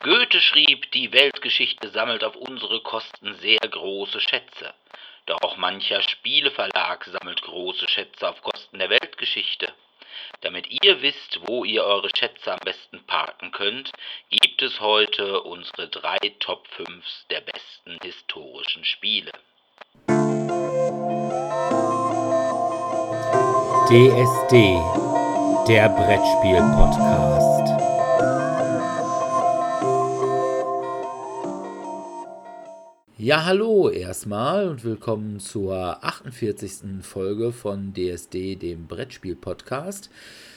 Goethe schrieb, die Weltgeschichte sammelt auf unsere Kosten sehr große Schätze. Doch auch mancher Spieleverlag sammelt große Schätze auf Kosten der Weltgeschichte. Damit ihr wisst, wo ihr eure Schätze am besten parken könnt, gibt es heute unsere 3 Top 5s der besten historischen Spiele. DSD, der Brettspiel-Podcast. Ja, hallo erstmal und willkommen zur 48. Folge von DSD, dem Brettspiel-Podcast.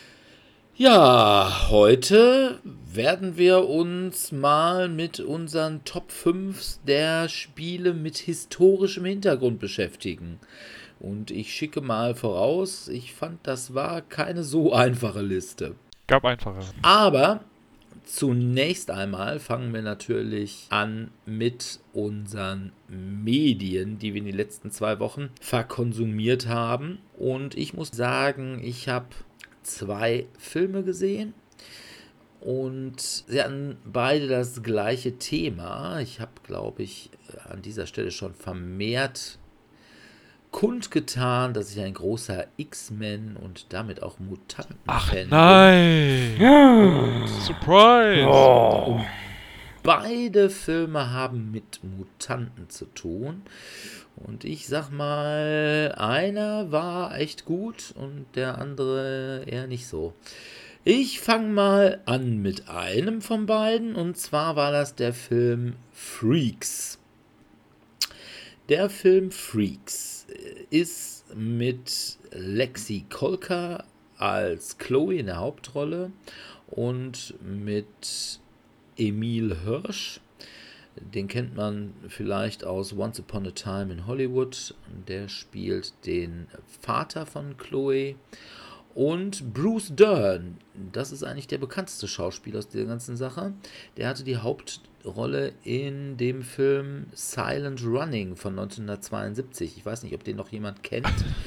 Ja, heute werden wir uns mal mit unseren Top 5 der Spiele mit historischem Hintergrund beschäftigen. Und ich schicke mal voraus, ich fand, das war keine so einfache Liste. Gab einfacher. Aber zunächst einmal fangen wir natürlich an mit unseren Medien, die wir in den letzten 2 Wochen verkonsumiert haben. Und ich muss sagen, ich habe 2 Filme gesehen. Und sie hatten beide das gleiche Thema. Ich habe, glaube ich, an dieser Stelle schon vermehrt kundgetan, dass ich ein großer X-Men und damit auch Mutanten-Fan bin. Nein! Ja. Surprise! Und beide Filme haben mit Mutanten zu tun. Und ich sag mal, einer war echt gut und der andere eher nicht so. Ich fange mal an mit einem von beiden, und zwar war das der Film Freaks. Der Film Freaks ist mit Lexi Kolker als Chloe in der Hauptrolle und mit Emil Hirsch. Den kennt man vielleicht aus Once Upon a Time in Hollywood. Der spielt den Vater von Chloe. Und Bruce Dern, das ist eigentlich der bekannteste Schauspieler aus der ganzen Sache. Der hatte die Hauptrolle in dem Film Silent Running von 1972. Ich weiß nicht, ob den noch jemand kennt.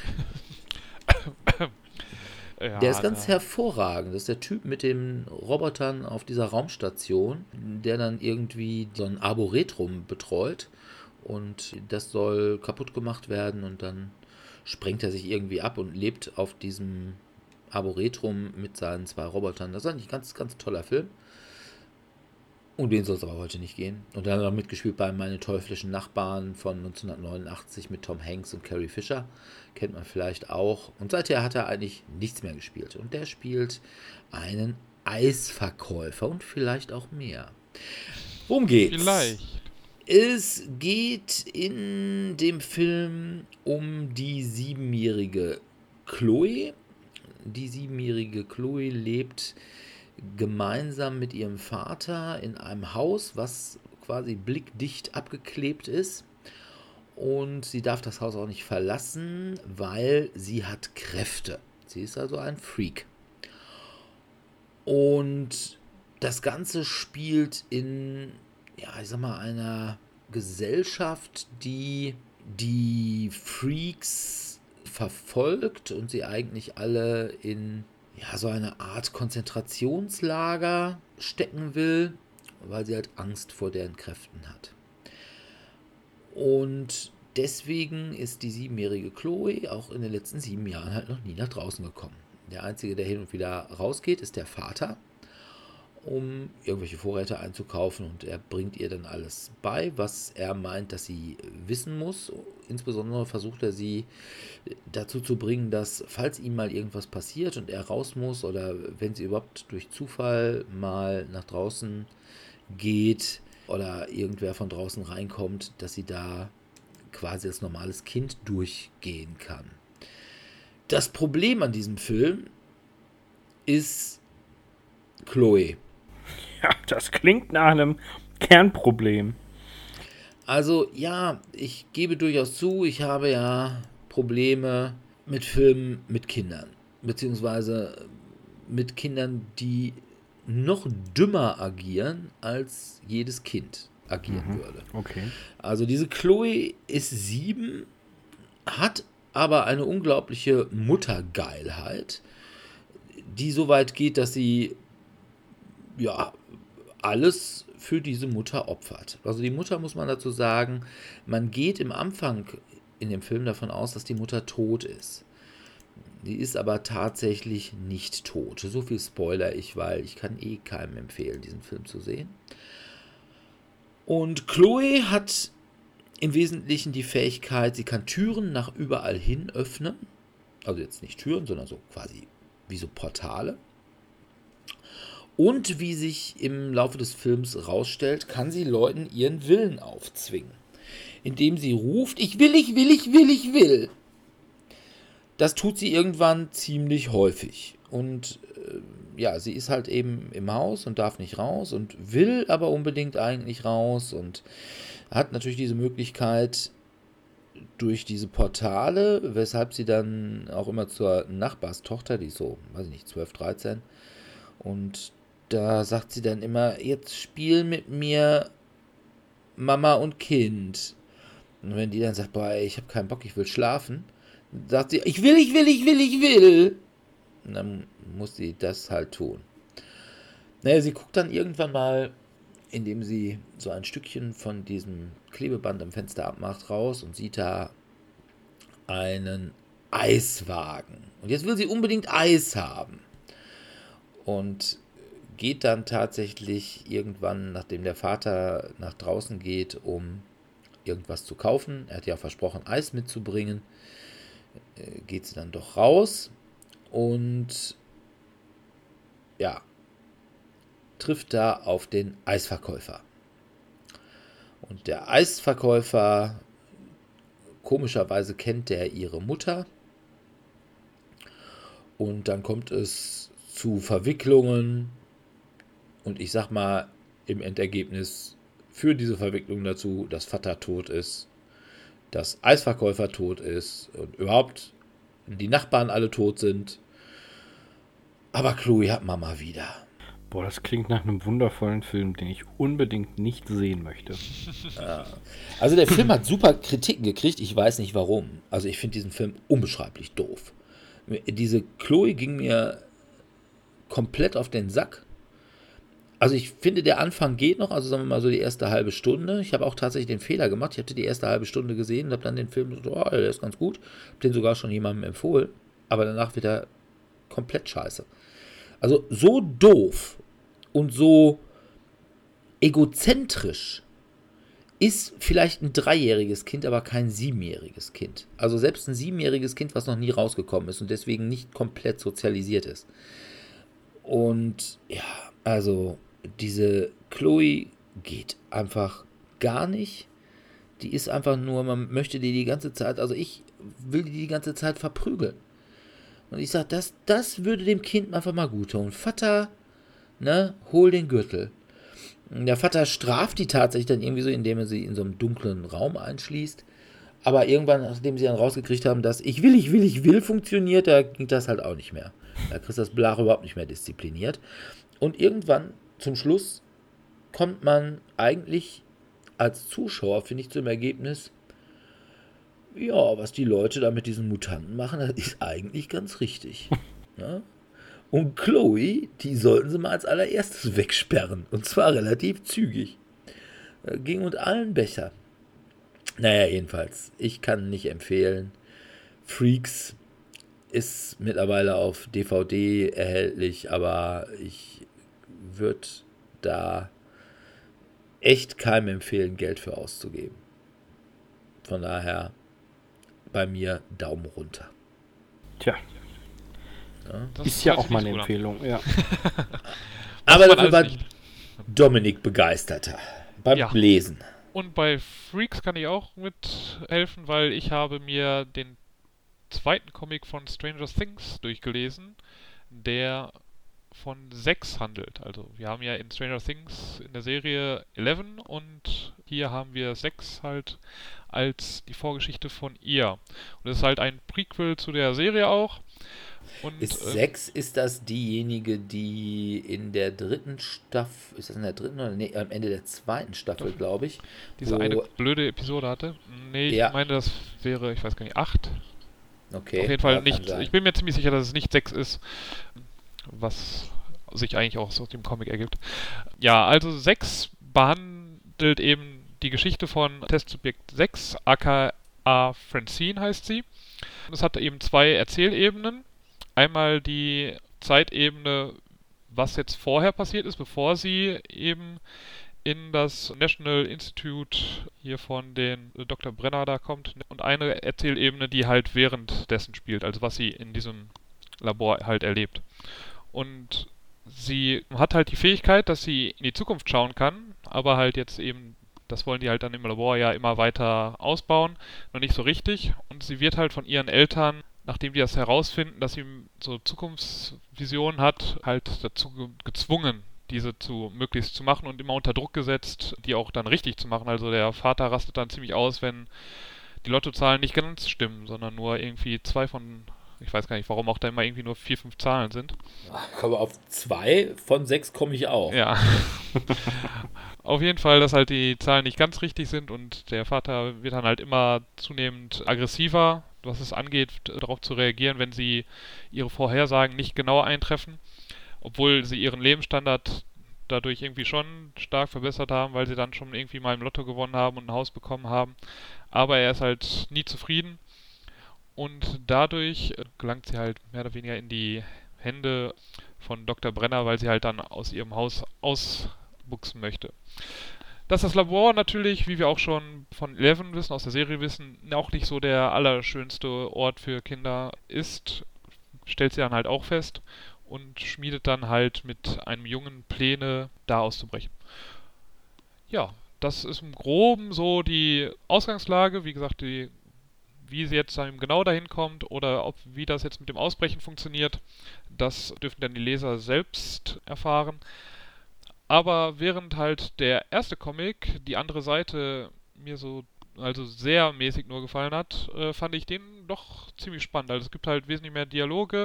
Ja, der ist ganz hervorragend. Das ist der Typ mit den Robotern auf dieser Raumstation, der dann irgendwie so ein Arboretum betreut. Und das soll kaputt gemacht werden und dann sprengt er sich irgendwie ab und lebt auf diesem Arboretum mit seinen 2 Robotern. Das ist eigentlich ein ganz, ganz toller Film. Und den soll es aber heute nicht gehen. Und dann hat er noch mitgespielt bei Meine teuflischen Nachbarn von 1989 mit Tom Hanks und Carrie Fisher. Kennt man vielleicht auch. Und seither hat er eigentlich nichts mehr gespielt. Und der spielt einen Eisverkäufer und vielleicht auch mehr. Worum geht's? Vielleicht. Es geht in dem Film um die 7-jährige Chloe. Die 7-jährige Chloe lebt gemeinsam mit ihrem Vater in einem Haus, was quasi blickdicht abgeklebt ist. Und sie darf das Haus auch nicht verlassen, weil sie hat Kräfte. Sie ist also ein Freak. Und das Ganze spielt in, ja, ich sag mal, einer Gesellschaft, die die Freaks verfolgt und sie eigentlich alle in so eine Art Konzentrationslager stecken will, weil sie halt Angst vor deren Kräften hat. Und deswegen ist die 7-jährige Chloe auch in den letzten 7 Jahren halt noch nie nach draußen gekommen. Der Einzige, der hin und wieder rausgeht, ist der Vater, um irgendwelche Vorräte einzukaufen, und er bringt ihr dann alles bei, was er meint, dass sie wissen muss. Insbesondere versucht er sie dazu zu bringen, dass, falls ihm mal irgendwas passiert und er raus muss oder wenn sie überhaupt durch Zufall mal nach draußen geht oder irgendwer von draußen reinkommt, dass sie da quasi als normales Kind durchgehen kann. Das Problem an diesem Film ist Chloe. Ja, das klingt nach einem Kernproblem. Also ja, ich gebe durchaus zu, ich habe ja Probleme mit Filmen mit Kindern. Beziehungsweise mit Kindern, die noch dümmer agieren, als jedes Kind agieren würde. Okay. Also diese Chloe ist 7, hat aber eine unglaubliche Muttergeilheit, die so weit geht, dass sie alles für diese Mutter opfert. Also die Mutter, muss man dazu sagen, man geht im Anfang in dem Film davon aus, dass die Mutter tot ist. Die ist aber tatsächlich nicht tot. So viel spoiler ich, weil ich kann keinem empfehlen, diesen Film zu sehen. Und Chloe hat im Wesentlichen die Fähigkeit, sie kann Türen nach überall hin öffnen. Also jetzt nicht Türen, sondern so quasi wie so Portale. Und wie sich im Laufe des Films rausstellt, kann sie Leuten ihren Willen aufzwingen. Indem sie ruft, ich will, ich will, ich will, ich will. Das tut sie irgendwann ziemlich häufig. Und ja, sie ist halt eben im Haus und darf nicht raus und will aber unbedingt eigentlich raus und hat natürlich diese Möglichkeit durch diese Portale, weshalb sie dann auch immer zur Nachbarstochter, die ist so, weiß ich nicht, 12, 13, und da sagt sie dann immer, jetzt spiel mit mir Mama und Kind. Und wenn die dann sagt, boah, ich habe keinen Bock, ich will schlafen, sagt sie, ich will, ich will, ich will, ich will. Und dann muss sie das halt tun. Naja, sie guckt dann irgendwann mal, indem sie so ein Stückchen von diesem Klebeband am Fenster abmacht, raus und sieht da einen Eiswagen. Und jetzt will sie unbedingt Eis haben. Und geht dann tatsächlich irgendwann, nachdem der Vater nach draußen geht, um irgendwas zu kaufen. Er hat ja versprochen, Eis mitzubringen. Geht sie dann doch raus und ja, trifft da auf den Eisverkäufer. Und der Eisverkäufer, komischerweise kennt der ihre Mutter. Und dann kommt es zu Verwicklungen. Und ich sag mal, im Endergebnis führt diese Verwicklung dazu, dass Vater tot ist, dass Eisverkäufer tot ist und überhaupt die Nachbarn alle tot sind. Aber Chloe hat Mama wieder. Boah, das klingt nach einem wundervollen Film, den ich unbedingt nicht sehen möchte. Also der Film hat super Kritiken gekriegt, ich weiß nicht warum. Also ich finde diesen Film unbeschreiblich doof. Diese Chloe ging mir komplett auf den Sack. Also ich finde, der Anfang geht noch, also sagen wir mal so die erste halbe Stunde. Ich habe auch tatsächlich den Fehler gemacht. Ich hatte die erste halbe Stunde gesehen und habe dann den Film so, oh, der ist ganz gut. Habe den sogar schon jemandem empfohlen. Aber danach wird er komplett scheiße. Also so doof und so egozentrisch ist vielleicht ein 3-jähriges Kind, aber kein 7-jähriges Kind. Also selbst ein 7-jähriges Kind, was noch nie rausgekommen ist und deswegen nicht komplett sozialisiert ist. Und ja, also diese Chloe geht einfach gar nicht. Die ist einfach nur, man möchte die ganze Zeit, also ich will die ganze Zeit verprügeln. Und ich sage, das würde dem Kind einfach mal gut tun. Vater, ne, hol den Gürtel. Der Vater straft die tatsächlich dann irgendwie so, indem er sie in so einem dunklen Raum einschließt. Aber irgendwann, nachdem sie dann rausgekriegt haben, dass ich will funktioniert, da ging das halt auch nicht mehr. Da kriegst du das Blach überhaupt nicht mehr diszipliniert. Und irgendwann, zum Schluss, kommt man eigentlich als Zuschauer, finde ich, zum Ergebnis, ja, was die Leute da mit diesen Mutanten machen, das ist eigentlich ganz richtig. Ja? Und Chloe, die sollten sie mal als allererstes wegsperren. Und zwar relativ zügig. Ging und allen Becher. Naja, jedenfalls, ich kann nicht empfehlen. Freaks ist mittlerweile auf DVD erhältlich, aber ich würde da echt keinem empfehlen, Geld für auszugeben. Von daher bei mir Daumen runter. Tja, Ja. Das ist ja hört auch sich mal nicht eine so gut an. Empfehlung, ja. Aber man dafür war alles nicht. Dominik begeisterter beim Ja. Lesen. Und bei Freaks kann ich auch mithelfen, weil ich habe mir den zweiten Comic von Stranger Things durchgelesen, der von 6 handelt. Also wir haben ja in Stranger Things in der Serie 11 und hier haben wir 6 halt als die Vorgeschichte von ihr. Und das ist halt ein Prequel zu der Serie auch. Und, Ist 6, ist das diejenige, die in der 3. Staffel, ist das in der 3. oder nee, am Ende der 2. Staffel, glaube ich. diese eine blöde Episode hatte? Nee, ich Ja. meine, das wäre, ich weiß gar nicht, 8. Okay. Auf jeden Fall ja, kann nicht. sein. Ich bin mir ziemlich sicher, dass es nicht 6 ist, was sich eigentlich auch aus dem Comic ergibt. Ja, also 6 behandelt eben die Geschichte von Testsubjekt 6, aka Francine heißt sie. Es hat eben 2 Erzählebenen. Einmal die Zeitebene, was jetzt vorher passiert ist, bevor sie eben in das National Institute hier von den Dr. Brenner da kommt. Und eine Erzählebene, die halt währenddessen spielt, also was sie in diesem Labor halt erlebt. Und sie hat halt die Fähigkeit, dass sie in die Zukunft schauen kann, aber halt jetzt eben, das wollen die halt dann im Labor ja immer weiter ausbauen, noch nicht so richtig. Und sie wird halt von ihren Eltern, nachdem die das herausfinden, dass sie so Zukunftsvisionen hat, halt dazu gezwungen, diese möglichst zu machen und immer unter Druck gesetzt, die auch dann richtig zu machen. Also der Vater rastet dann ziemlich aus, wenn die Lottozahlen nicht ganz stimmen, sondern nur irgendwie 2 von, ich weiß gar nicht, warum auch da immer irgendwie nur 4, 5 Zahlen sind. Aber auf 2 von 6 komme ich auch. Ja. Auf jeden Fall, dass halt die Zahlen nicht ganz richtig sind und der Vater wird dann halt immer zunehmend aggressiver, was es angeht, darauf zu reagieren, wenn sie ihre Vorhersagen nicht genau eintreffen. Obwohl sie ihren Lebensstandard dadurch irgendwie schon stark verbessert haben, weil sie dann schon irgendwie mal im Lotto gewonnen haben und ein Haus bekommen haben. Aber er ist halt nie zufrieden und dadurch gelangt sie halt mehr oder weniger in die Hände von Dr. Brenner, weil sie halt dann aus ihrem Haus ausbuchsen möchte. Dass das Labor natürlich, wie wir auch schon von Eleven wissen, aus der Serie wissen, auch nicht so der allerschönste Ort für Kinder ist, stellt sie dann halt auch fest. Und schmiedet dann halt mit einem Jungen Pläne, da auszubrechen. Ja, das ist im Groben so die Ausgangslage. Wie gesagt, wie sie jetzt dann genau dahin kommt oder wie das jetzt mit dem Ausbrechen funktioniert, das dürfen dann die Leser selbst erfahren. Aber während halt der erste Comic, die andere Seite, mir so also sehr mäßig nur gefallen hat, fand ich den doch ziemlich spannend. Also es gibt halt wesentlich mehr Dialoge.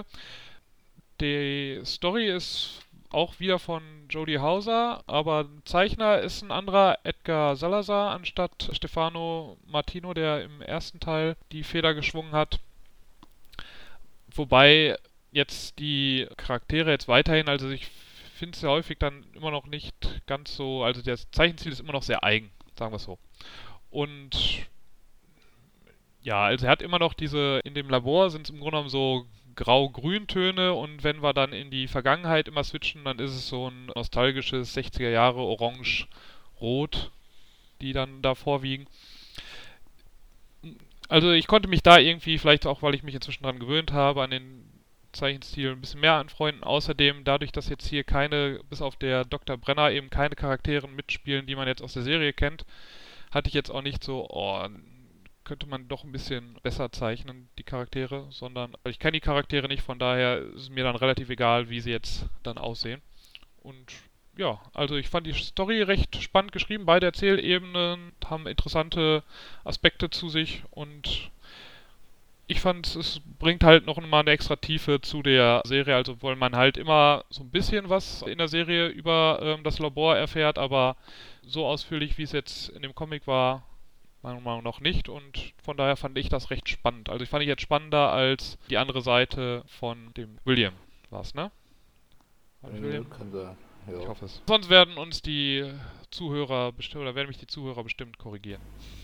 Die Story ist auch wieder von Jody Hauser, aber Zeichner ist ein anderer, Edgar Salazar, anstatt Stefano Martino, der im ersten Teil die Feder geschwungen hat. Wobei jetzt die Charaktere jetzt weiterhin, also ich finde es ja häufig dann immer noch nicht ganz so, also das Zeichenstil ist immer noch sehr eigen, sagen wir es so. Und ja, also er hat immer noch in dem Labor sind es im Grunde genommen so Grau-Grün-Töne und wenn wir dann in die Vergangenheit immer switchen, dann ist es so ein nostalgisches 60er Jahre Orange-Rot, die dann da vorwiegen. Also ich konnte mich da irgendwie, vielleicht auch, weil ich mich inzwischen dran gewöhnt habe, an den Zeichenstil ein bisschen mehr anfreunden. Außerdem, dadurch, dass jetzt hier bis auf der Dr. Brenner eben keine Charaktere mitspielen, die man jetzt aus der Serie kennt, hatte ich jetzt auch nicht so, könnte man doch ein bisschen besser zeichnen, die Charaktere, sondern ich kenne die Charaktere nicht, von daher ist es mir dann relativ egal, wie sie jetzt dann aussehen. Und ja, also ich fand die Story recht spannend geschrieben, beide Erzählebenen haben interessante Aspekte zu sich und ich fand, es bringt halt noch mal eine extra Tiefe zu der Serie, also weil man halt immer so ein bisschen was in der Serie über das Labor erfährt, aber so ausführlich, wie es jetzt in dem Comic war, meiner Meinung nach nicht und von daher fand ich das recht spannend. Also ich fand ich jetzt spannender als die andere Seite von dem William, war's, ne? William? Kann sein. Ja. Ich hoffe es. Sonst werden uns die Zuhörer bestimmt, oder werden mich die Zuhörer bestimmt korrigieren.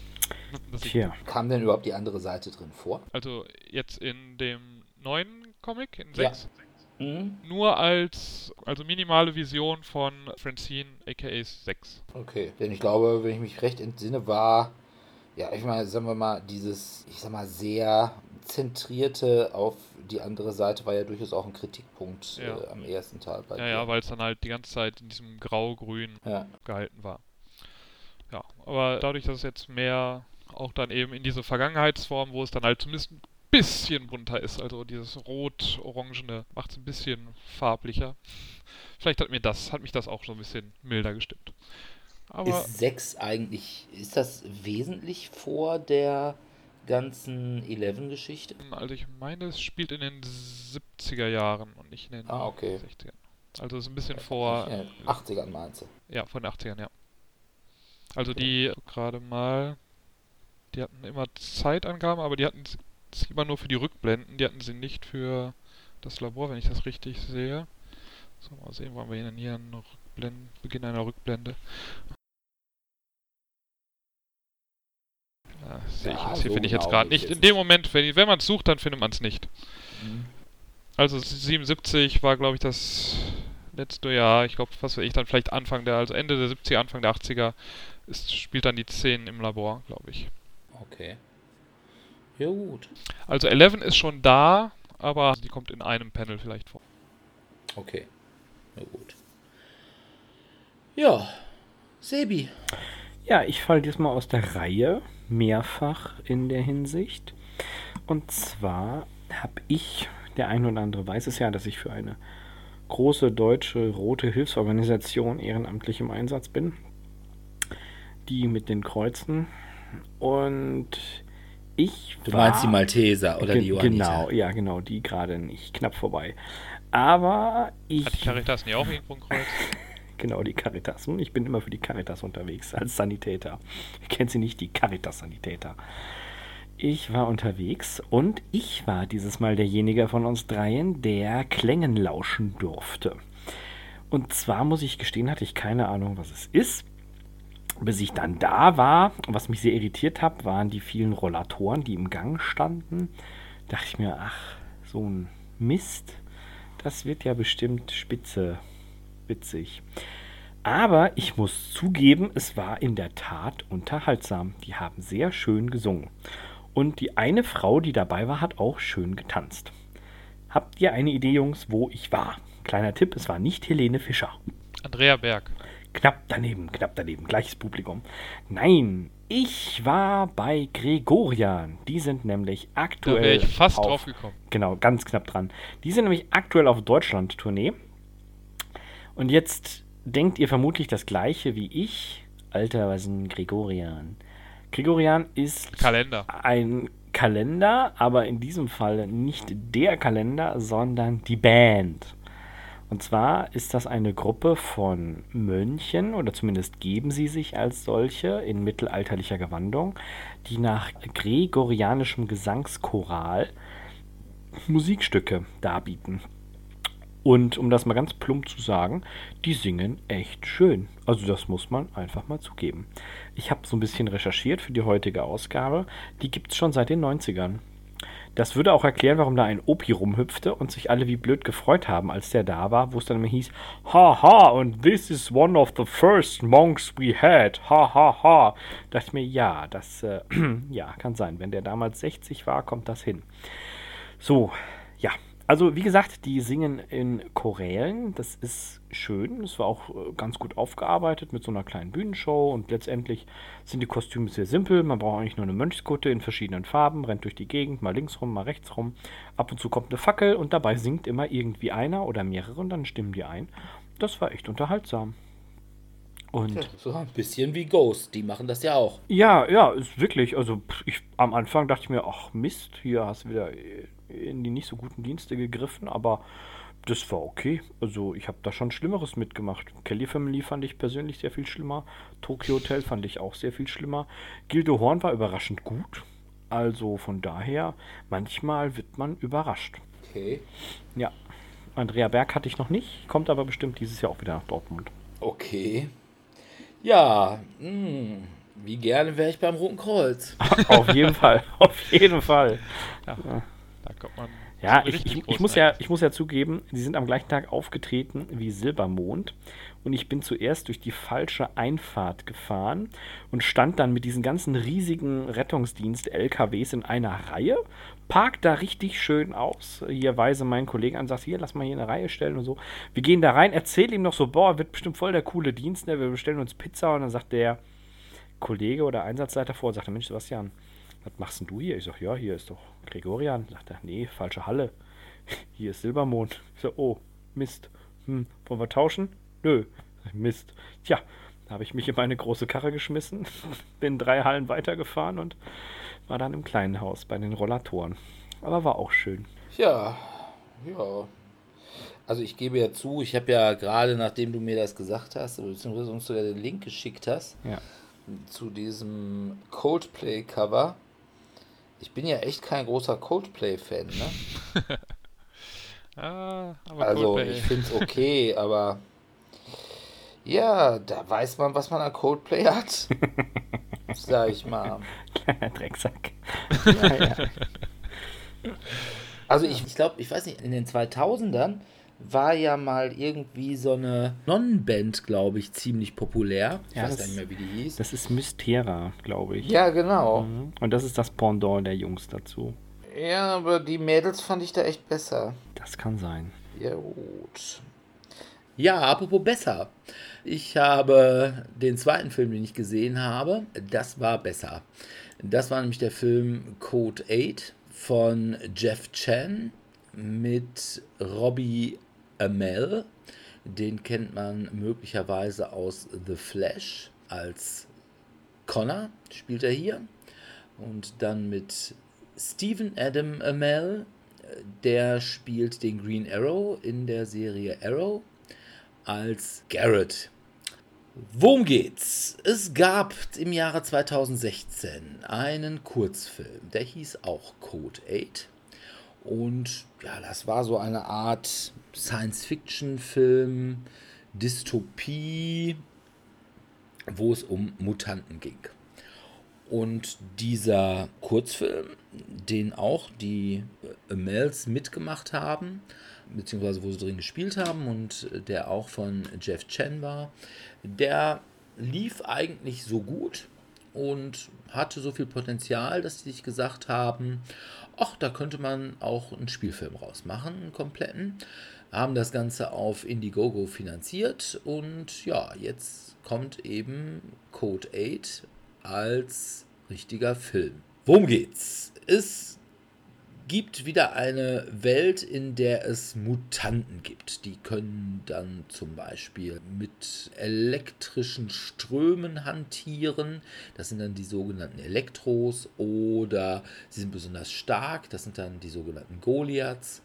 Kam denn überhaupt die andere Seite drin vor? Also jetzt in dem neuen Comic, in 6? Ja. Mhm. Nur als minimale Vision von Francine, aka 6. Okay, denn ich glaube, wenn ich mich recht entsinne, war, ja, ich meine, sagen wir mal, dieses, ich sag mal, sehr zentrierte auf die andere Seite war ja durchaus auch ein Kritikpunkt am ersten Teil bei dir. Ja, weil es dann halt die ganze Zeit in diesem Grau-Grün gehalten war. Ja, aber dadurch, dass es jetzt mehr auch dann eben in diese Vergangenheitsform, wo es dann halt zumindest ein bisschen bunter ist, also dieses Rot-Orangene macht es ein bisschen farblicher. Vielleicht hat mich das auch so ein bisschen milder gestimmt. Aber ist 6 eigentlich, ist das wesentlich vor der ganzen Eleven-Geschichte? Also ich meine, es spielt in den 70er Jahren und nicht in den 60ern. Also es ist ein bisschen vor... In den 80ern meinst du? Ja, von den 80ern, ja. Also die gerade mal... Die hatten immer Zeitangaben, aber die hatten es immer nur für die Rückblenden. Die hatten sie nicht für das Labor, wenn ich das richtig sehe. So, mal sehen, wo haben wir denn hier einen Beginn einer Rückblende. Ja, sehe ich Ja, jetzt hier, so finde ich jetzt genau gerade will ich nicht. jetzt In dem Moment, wenn man es sucht, dann findet man es nicht. Mhm. Also 77 war, glaube ich, das letzte Jahr. Ich glaube, was weiß ich, dann vielleicht also Ende der 70er, Anfang der 80er spielt dann die 10 im Labor, glaube ich. Okay. Ja, gut. Also 11 ist schon da, aber die kommt in einem Panel vielleicht vor. Okay. Ja, gut. Ja, Sebi. Ja, ich falle diesmal aus der Reihe, mehrfach in der Hinsicht. Und zwar habe ich, der ein oder andere weiß es ja, dass ich für eine große deutsche rote Hilfsorganisation ehrenamtlich im Einsatz bin. Die mit den Kreuzen. Und ich Du war... meinst die Malteser oder die Johanniter? Genau, ja, genau, die gerade nicht, knapp vorbei. Aber ich... Hat die Caritas nicht auch irgendwo ein Kreuz? Genau, die Caritas. Ich bin immer für die Caritas unterwegs als Sanitäter. Kennt sie nicht, die Caritas-Sanitäter. Ich war unterwegs und ich war dieses Mal derjenige von uns dreien, der Klängen lauschen durfte. Und zwar muss ich gestehen, hatte ich keine Ahnung, was es ist. Bis ich dann da war, was mich sehr irritiert hat, waren die vielen Rollatoren, die im Gang standen. Dachte ich mir, ach, so ein Mist, das wird ja bestimmt spitze witzig. Aber ich muss zugeben, es war in der Tat unterhaltsam. Die haben sehr schön gesungen. Und die eine Frau, die dabei war, hat auch schön getanzt. Habt ihr eine Idee, Jungs, wo ich war? Kleiner Tipp, es war nicht Helene Fischer. Andrea Berg. Knapp daneben, gleiches Publikum. Nein, ich war bei Gregorian. Die sind nämlich Da aktuell wäre ich fast auf, drauf gekommen. Genau, ganz knapp dran. Die sind nämlich aktuell auf Deutschland-Tournee. Und jetzt denkt ihr vermutlich das Gleiche wie ich. Alter, was ist ein Gregorian? Gregorian ist Kalender. ein Kalender, aber in diesem Fall nicht der Kalender, sondern die Band. Und zwar ist das eine Gruppe von Mönchen, oder zumindest geben sie sich als solche in mittelalterlicher Gewandung, die nach gregorianischem Gesangschoral Musikstücke darbieten. Und um das mal ganz plump zu sagen, die singen echt schön. Also das muss man einfach mal zugeben. Ich habe so ein bisschen recherchiert für die heutige Ausgabe. Die gibt es schon seit den 90ern. Das würde auch erklären, warum da ein Opi rumhüpfte und sich alle wie blöd gefreut haben, als der da war, wo es dann immer hieß, haha, und this is one of the first monks we had, hahaha. Dachte ich mir, ja, das ja, kann sein. Wenn der damals 60 war, kommt das hin. So, ja. Also, wie gesagt, die singen in Chorälen. Das ist schön. Das war auch ganz gut aufgearbeitet mit so einer kleinen Bühnenshow. Und letztendlich sind die Kostüme sehr simpel. Man braucht eigentlich nur eine Mönchskutte in verschiedenen Farben, rennt durch die Gegend, mal links rum, mal rechts rum. Ab und zu kommt eine Fackel und dabei singt immer irgendwie einer oder mehrere und dann stimmen die ein. Das war echt unterhaltsam. Und Ja, so ein bisschen wie Ghost, die machen das ja auch. ja, ist wirklich. Also, am Anfang dachte ich mir, ach Mist, hier hast du wieder in die nicht so guten Dienste gegriffen, aber das war okay. Also, ich habe da schon Schlimmeres mitgemacht. Kelly Family fand ich persönlich sehr viel schlimmer. Tokyo Hotel fand ich auch sehr viel schlimmer. Gildo Horn war überraschend gut. Also, von daher, manchmal wird man überrascht. Okay. Ja, Andrea Berg hatte ich noch nicht, kommt aber bestimmt dieses Jahr auch wieder nach Dortmund. Okay. Ja, wie gerne wäre ich beim Roten Kreuz. Auf jeden Fall, auf jeden Fall. Ja, da kommt man. Ja, zum richtig ich großen muss ja zugeben, sie sind am gleichen Tag aufgetreten wie Silbermond und ich bin zuerst durch die falsche Einfahrt gefahren und stand dann mit diesen ganzen riesigen Rettungsdienst-LKWs in einer Reihe, parkt da richtig schön aus. Hier weise meinen Kollegen an, sagt, hier, lass mal hier eine Reihe stellen und so. Wir gehen da rein, erzähl ihm noch so, boah, wird bestimmt voll der coole Dienst, ne? Wir bestellen uns Pizza und dann sagt der Kollege oder Einsatzleiter vor und sagt, Mensch, Sebastian, was machst denn du hier? Ich sag, ja, hier ist doch Gregorian. Sagt er, nee, falsche Halle. Hier ist Silbermond. Ich sag, oh, Mist. Wollen wir tauschen? Nö. Mist. Tja, da habe ich mich in meine große Karre geschmissen, bin 3 Hallen weitergefahren und war dann im kleinen Haus bei den Rollatoren. Aber war auch schön. Ja. Also ich gebe ja zu, ich habe ja gerade, nachdem du mir das gesagt hast, beziehungsweise uns sogar den Link geschickt hast, Ja. zu diesem Coldplay-Cover. Ich bin ja echt kein großer Coldplay-Fan, ne? aber Also Coldplay. ich finde es okay, aber ja, da weiß man, was man an Coldplay hat. sag ich mal. Kleiner Drecksack. Naja. Also ich glaube, ich weiß nicht, in den 2000ern war ja mal irgendwie so eine Nonnenband, glaube ich, ziemlich populär. Ich Ja, weiß gar nicht mehr, wie die hieß. Das ist Mystera, glaube ich. Ja, genau. Mhm. Und das ist das Pendant der Jungs dazu. Ja, aber die Mädels fand ich da echt besser. Das kann sein. Ja, gut. Ja, apropos besser. Ich habe den zweiten Film, den ich gesehen habe, das war besser. Das war nämlich der Film Code 8 von Jeff Chan mit Robbie Amell. Den kennt man möglicherweise aus The Flash als Connor, spielt er hier. Und dann mit Stephen Adam Amell, der spielt den Green Arrow in der Serie Arrow als Garrett. Worum geht's? Es gab im Jahre 2016 einen Kurzfilm, der hieß auch Code 8. Und ja, das war so eine Art Science-Fiction-Film, Dystopie, wo es um Mutanten ging. Und dieser Kurzfilm, den auch die Amells mitgemacht haben, beziehungsweise wo sie drin gespielt haben und der auch von Jeff Chan war, der lief eigentlich so gut und hatte so viel Potenzial, dass sie sich gesagt haben, ach, da könnte man auch einen Spielfilm rausmachen, einen kompletten. Haben das Ganze auf Indiegogo finanziert und ja, jetzt kommt eben Code 8 als richtiger Film. Worum geht's? Es gibt wieder eine Welt, in der es Mutanten gibt. Die können dann zum Beispiel mit elektrischen Strömen hantieren. Das sind dann die sogenannten Elektros. Oder sie sind besonders stark. Das sind dann die sogenannten Goliaths.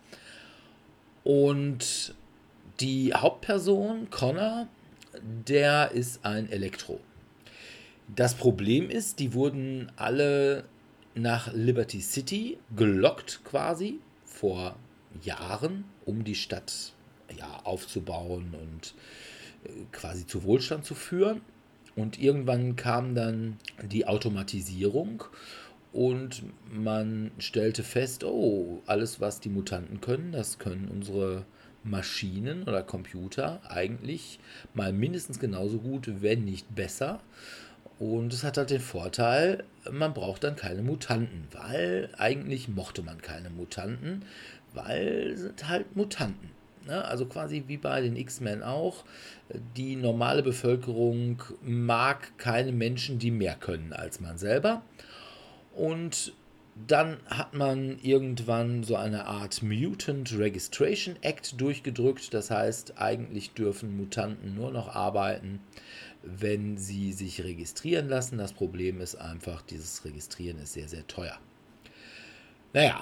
Und die Hauptperson, Connor, der ist ein Elektro. Das Problem ist, die wurden alle nach Liberty City gelockt quasi vor Jahren, um die Stadt aufzubauen und quasi zu Wohlstand zu führen. Und irgendwann kam dann die Automatisierung und man stellte fest, oh, alles, was die Mutanten können, das können unsere Maschinen oder Computer eigentlich mal mindestens genauso gut, wenn nicht besser. Und es hat halt den Vorteil, man braucht dann keine Mutanten, weil eigentlich mochte man keine Mutanten, weil sind halt Mutanten. Ne? Also quasi wie bei den X-Men auch. Die normale Bevölkerung mag keine Menschen, die mehr können als man selber. Und dann hat man irgendwann so eine Art Mutant Registration Act durchgedrückt. Das heißt, eigentlich dürfen Mutanten nur noch arbeiten, wenn sie sich registrieren lassen. Das Problem ist einfach, dieses Registrieren ist sehr, sehr teuer. Naja,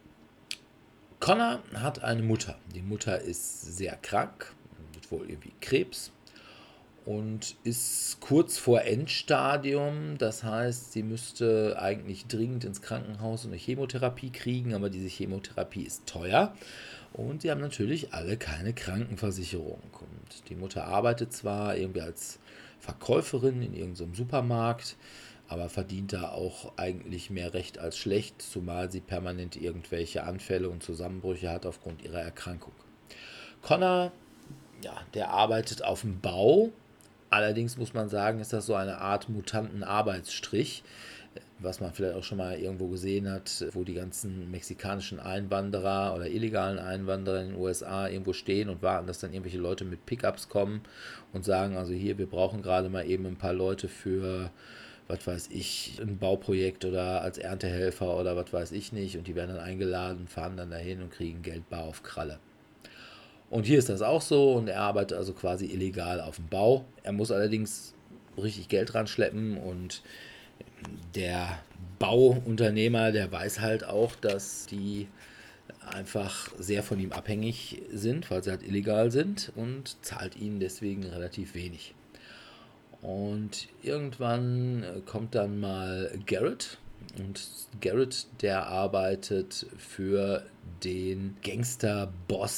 Connor hat eine Mutter. Die Mutter ist sehr krank, hat wohl irgendwie Krebs und ist kurz vor Endstadium. Das heißt, sie müsste eigentlich dringend ins Krankenhaus und eine Chemotherapie kriegen, aber diese Chemotherapie ist teuer. Und sie haben natürlich alle keine Krankenversicherung. Und die Mutter arbeitet zwar irgendwie als Verkäuferin in irgendeinem Supermarkt, aber verdient da auch eigentlich mehr recht als schlecht, zumal sie permanent irgendwelche Anfälle und Zusammenbrüche hat aufgrund ihrer Erkrankung. Connor, ja, der arbeitet auf dem Bau. Allerdings muss man sagen, ist das so eine Art Mutanten-Arbeitsstrich, was man vielleicht auch schon mal irgendwo gesehen hat, wo die ganzen mexikanischen Einwanderer oder illegalen Einwanderer in den USA irgendwo stehen und warten, dass dann irgendwelche Leute mit Pickups kommen und sagen, also hier, wir brauchen gerade mal eben ein paar Leute für, was weiß ich, ein Bauprojekt oder als Erntehelfer oder was weiß ich nicht, und die werden dann eingeladen, fahren dann dahin und kriegen Geld bar auf Kralle. Und hier ist das auch so und er arbeitet also quasi illegal auf dem Bau. Er muss allerdings richtig Geld dran schleppen und der Bauunternehmer, der weiß halt auch, dass die einfach sehr von ihm abhängig sind, weil sie halt illegal sind, und zahlt ihnen deswegen relativ wenig. Und irgendwann kommt dann mal Garrett. Und Garrett, der arbeitet für den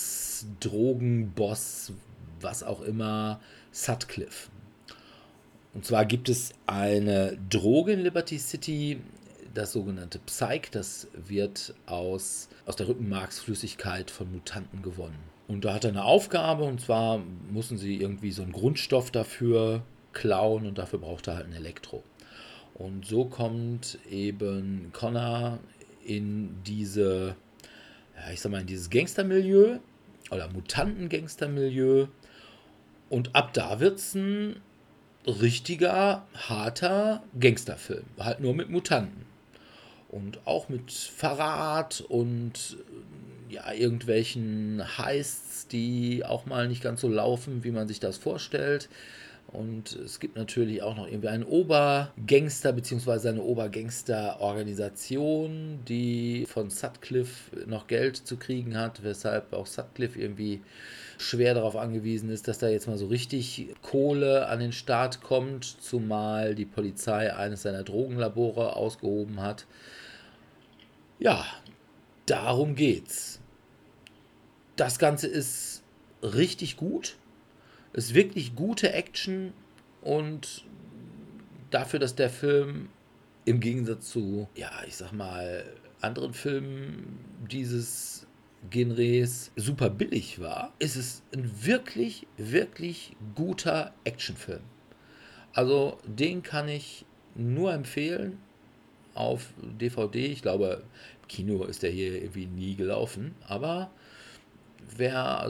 Gangsterboss, Drogenboss, was auch immer, Sutcliffe. Und zwar gibt es eine Droge in Liberty City, das sogenannte Psyche, das wird aus der Rückenmarksflüssigkeit von Mutanten gewonnen. Und da hat er eine Aufgabe, und zwar müssen sie irgendwie so einen Grundstoff dafür klauen und dafür braucht er halt ein Elektro. Und so kommt eben Connor in diese, ja, ich sag mal, in dieses Gangstermilieu oder Mutanten-Gangstermilieu. Und ab da wird es ein richtiger, harter Gangsterfilm. Halt nur mit Mutanten. Und auch mit Verrat und ja, irgendwelchen Heists, die auch mal nicht ganz so laufen, wie man sich das vorstellt. Und es gibt natürlich auch noch irgendwie einen Obergangster bzw. eine Obergangster-Organisation, die von Sutcliffe noch Geld zu kriegen hat, weshalb auch Sutcliffe irgendwie schwer darauf angewiesen ist, dass da jetzt mal so richtig Kohle an den Start kommt, zumal die Polizei eines seiner Drogenlabore ausgehoben hat. Ja, darum geht's. Das Ganze ist richtig gut. Es ist wirklich gute Action und dafür, dass der Film im Gegensatz zu, ja, ich sag mal, anderen Filmen dieses Genres super billig war, ist es ein wirklich, wirklich guter Actionfilm. Also den kann ich nur empfehlen auf DVD. Ich glaube, im Kino ist der hier irgendwie nie gelaufen, aber wer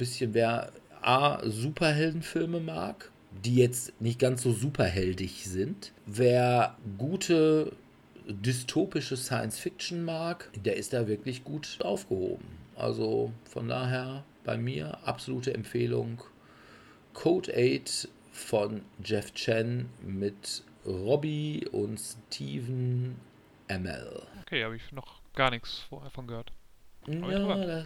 A, Superheldenfilme mag, die jetzt nicht ganz so superheldig sind. Wer gute dystopische Science-Fiction mag, der ist da wirklich gut aufgehoben. Also von daher bei mir absolute Empfehlung. Code 8 von Jeff Chen mit Robbie und Stephen Amell. Okay, habe ich noch gar nichts vorher von gehört. Ja,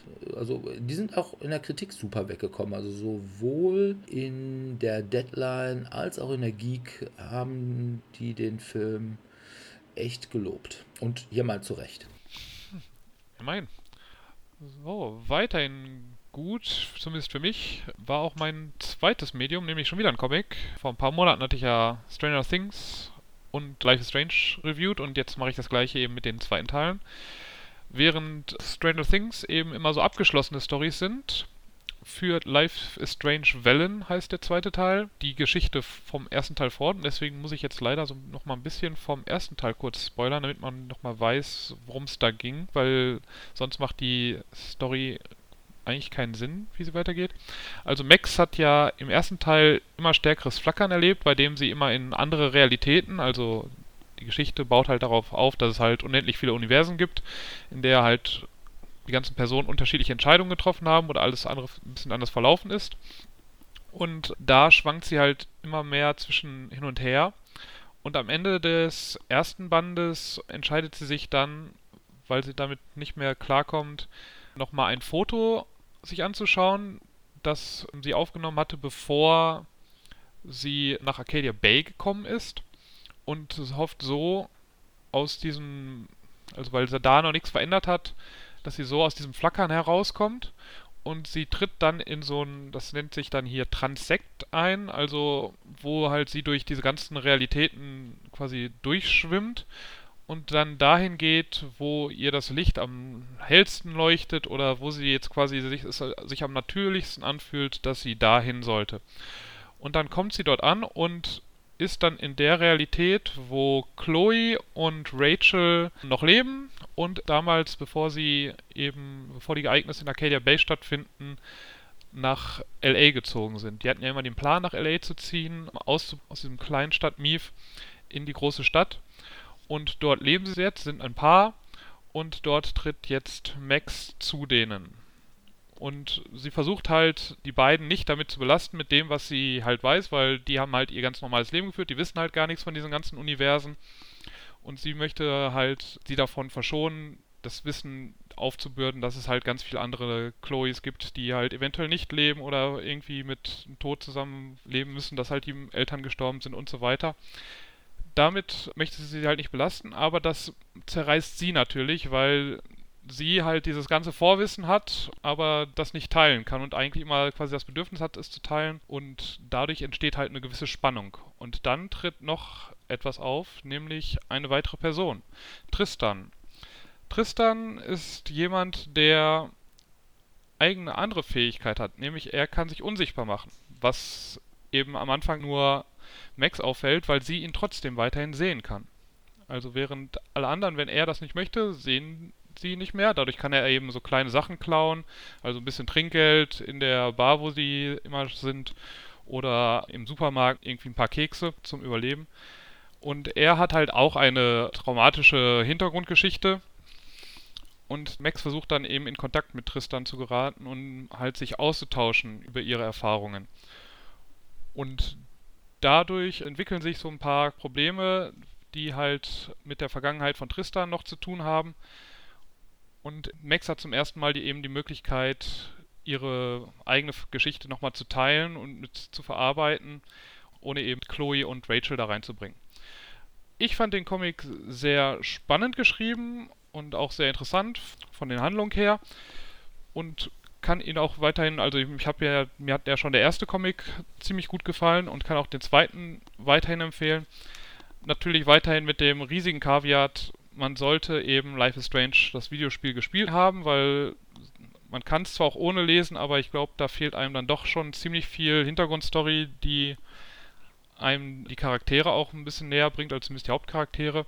die sind auch in der Kritik super weggekommen. Also sowohl in der Deadline als auch in der Geek haben die den Film echt gelobt. Und hier mal zurecht. Immerhin. So, weiterhin gut, zumindest für mich, war auch mein zweites Medium, nämlich schon wieder ein Comic. Vor ein paar Monaten hatte ich ja Stranger Things und Life is Strange reviewed und jetzt mache ich das gleiche eben mit den zweiten Teilen. Während Stranger Things eben immer so abgeschlossene Storys sind, führt Life is Strange Wellen, heißt der zweite Teil, die Geschichte vom ersten Teil fort. Und deswegen muss ich jetzt leider so noch mal ein bisschen vom ersten Teil kurz spoilern, damit man noch mal weiß, worum es da ging, weil sonst macht die Story eigentlich keinen Sinn, wie sie weitergeht. Also Max hat ja im ersten Teil immer stärkeres Flackern erlebt, bei dem sie immer in andere Realitäten, also die Geschichte baut halt darauf auf, dass es halt unendlich viele Universen gibt, in der halt die ganzen Personen unterschiedliche Entscheidungen getroffen haben oder alles andere ein bisschen anders verlaufen ist. Und da schwankt sie halt immer mehr zwischen hin und her. Und am Ende des ersten Bandes entscheidet sie sich dann, weil sie damit nicht mehr klarkommt, nochmal ein Foto sich anzuschauen, das sie aufgenommen hatte, bevor sie nach Arcadia Bay gekommen ist. Und hofft so aus diesem, also weil sie da noch nichts verändert hat, dass sie so aus diesem Flackern herauskommt und sie tritt dann in so ein, das nennt sich dann hier Transekt ein, also wo halt sie durch diese ganzen Realitäten quasi durchschwimmt und dann dahin geht, wo ihr das Licht am hellsten leuchtet oder wo sie jetzt quasi sich am natürlichsten anfühlt, dass sie dahin sollte. Und dann kommt sie dort an und ist dann in der Realität, wo Chloe und Rachel noch leben und damals, bevor die Ereignisse in Arcadia Bay stattfinden, nach L.A. gezogen sind. Die hatten ja immer den Plan, nach L.A. zu ziehen, aus diesem kleinen Stadt Meath in die große Stadt. Und dort leben sie jetzt, sind ein Paar und dort tritt jetzt Max zu denen. Und sie versucht halt, die beiden nicht damit zu belasten mit dem, was sie halt weiß, weil die haben halt ihr ganz normales Leben geführt, die wissen halt gar nichts von diesen ganzen Universen. Und sie möchte halt sie davon verschonen, das Wissen aufzubürden, dass es halt ganz viele andere Chloes gibt, die halt eventuell nicht leben oder irgendwie mit dem Tod zusammen leben müssen, dass halt die Eltern gestorben sind und so weiter. Damit möchte sie halt nicht belasten, aber das zerreißt sie natürlich, weil sie halt dieses ganze Vorwissen hat, aber das nicht teilen kann und eigentlich immer quasi das Bedürfnis hat, es zu teilen und dadurch entsteht halt eine gewisse Spannung. Und dann tritt noch etwas auf, nämlich eine weitere Person. Tristan. Tristan ist jemand, der eigene andere Fähigkeit hat, nämlich er kann sich unsichtbar machen, was eben am Anfang nur Max auffällt, weil sie ihn trotzdem weiterhin sehen kann. Also während alle anderen, wenn er das nicht möchte, sehen sie ihn nicht mehr. Dadurch kann er eben so kleine Sachen klauen, also ein bisschen Trinkgeld in der Bar, wo sie immer sind, oder im Supermarkt irgendwie ein paar Kekse zum Überleben. Und er hat halt auch eine traumatische Hintergrundgeschichte. Und Max versucht dann eben in Kontakt mit Tristan zu geraten und halt sich auszutauschen über ihre Erfahrungen. Und dadurch entwickeln sich so ein paar Probleme, die halt mit der Vergangenheit von Tristan noch zu tun haben. Und Max hat zum ersten Mal eben die Möglichkeit, ihre eigene Geschichte nochmal zu teilen und mit zu verarbeiten, ohne eben Chloe und Rachel da reinzubringen. Ich fand den Comic sehr spannend geschrieben und auch sehr interessant von den Handlungen her und kann ihn auch weiterhin, also mir hat ja schon der erste Comic ziemlich gut gefallen und kann auch den zweiten weiterhin empfehlen. Natürlich weiterhin mit dem riesigen Kaviat, man sollte eben Life is Strange, das Videospiel, gespielt haben, weil man kann es zwar auch ohne lesen, aber ich glaube, da fehlt einem dann doch schon ziemlich viel Hintergrundstory, die einem die Charaktere auch ein bisschen näher bringt, als zumindest die Hauptcharaktere.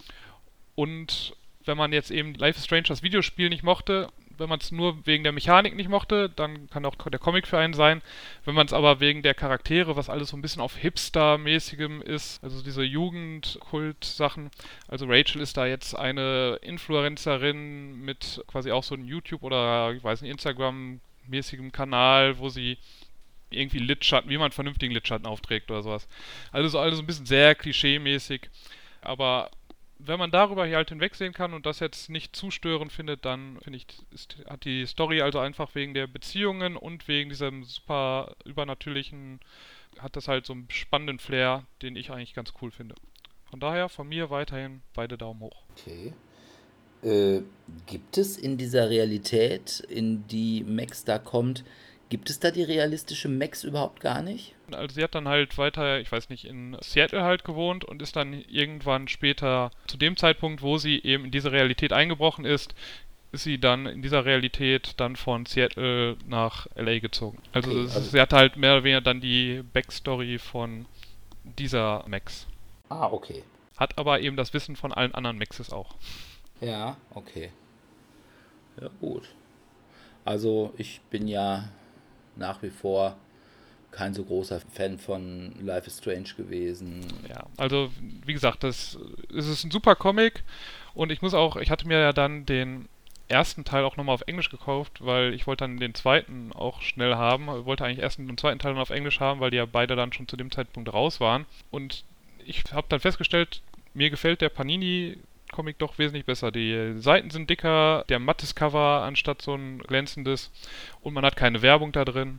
Und wenn man jetzt eben Life is Strange, das Videospiel, nicht mochte, wenn man es nur wegen der Mechanik nicht mochte, dann kann auch der Comic für einen sein. Wenn man es aber wegen der Charaktere, was alles so ein bisschen auf Hipster-mäßigem ist, also diese Jugendkult-Sachen, also Rachel ist da jetzt eine Influencerin mit quasi auch so einem YouTube- oder, ich weiß nicht, Instagram-mäßigem Kanal, wo sie irgendwie Lidschatten, wie man einen vernünftigen Lidschatten aufträgt oder sowas. Also so alles ein bisschen sehr klischee-mäßig, aber wenn man darüber hier halt hinwegsehen kann und das jetzt nicht zu störend findet, dann finde ich, hat die Story also einfach wegen der Beziehungen und wegen diesem super übernatürlichen, hat das halt so einen spannenden Flair, den ich eigentlich ganz cool finde. Von daher von mir weiterhin beide Daumen hoch. Okay. Gibt es in dieser Realität, in die Max da kommt, gibt es da die realistische Max überhaupt gar nicht? Also sie hat dann halt weiter, ich weiß nicht, in Seattle halt gewohnt und ist dann irgendwann später, zu dem Zeitpunkt, wo sie eben in diese Realität eingebrochen ist sie dann in dieser Realität dann von Seattle nach LA gezogen. Also, Okay, sie hat halt mehr oder weniger dann die Backstory von dieser Max. Ah, okay. Hat aber eben das Wissen von allen anderen Maxes auch. Ja, okay. Ja, gut. Also ich bin ja nach wie vor kein so großer Fan von Life is Strange gewesen. Ja, also wie gesagt, es ist ein super Comic und ich hatte mir ja dann den ersten Teil auch nochmal auf Englisch gekauft, weil ich wollte dann den zweiten auch schnell haben. Ich wollte eigentlich erst den zweiten Teil dann auf Englisch haben, weil die ja beide dann schon zu dem Zeitpunkt raus waren. Und ich habe dann festgestellt, mir gefällt der Panini-Comic doch wesentlich besser. Die Seiten sind dicker, der mattes Cover anstatt so ein glänzendes und man hat keine Werbung da drin.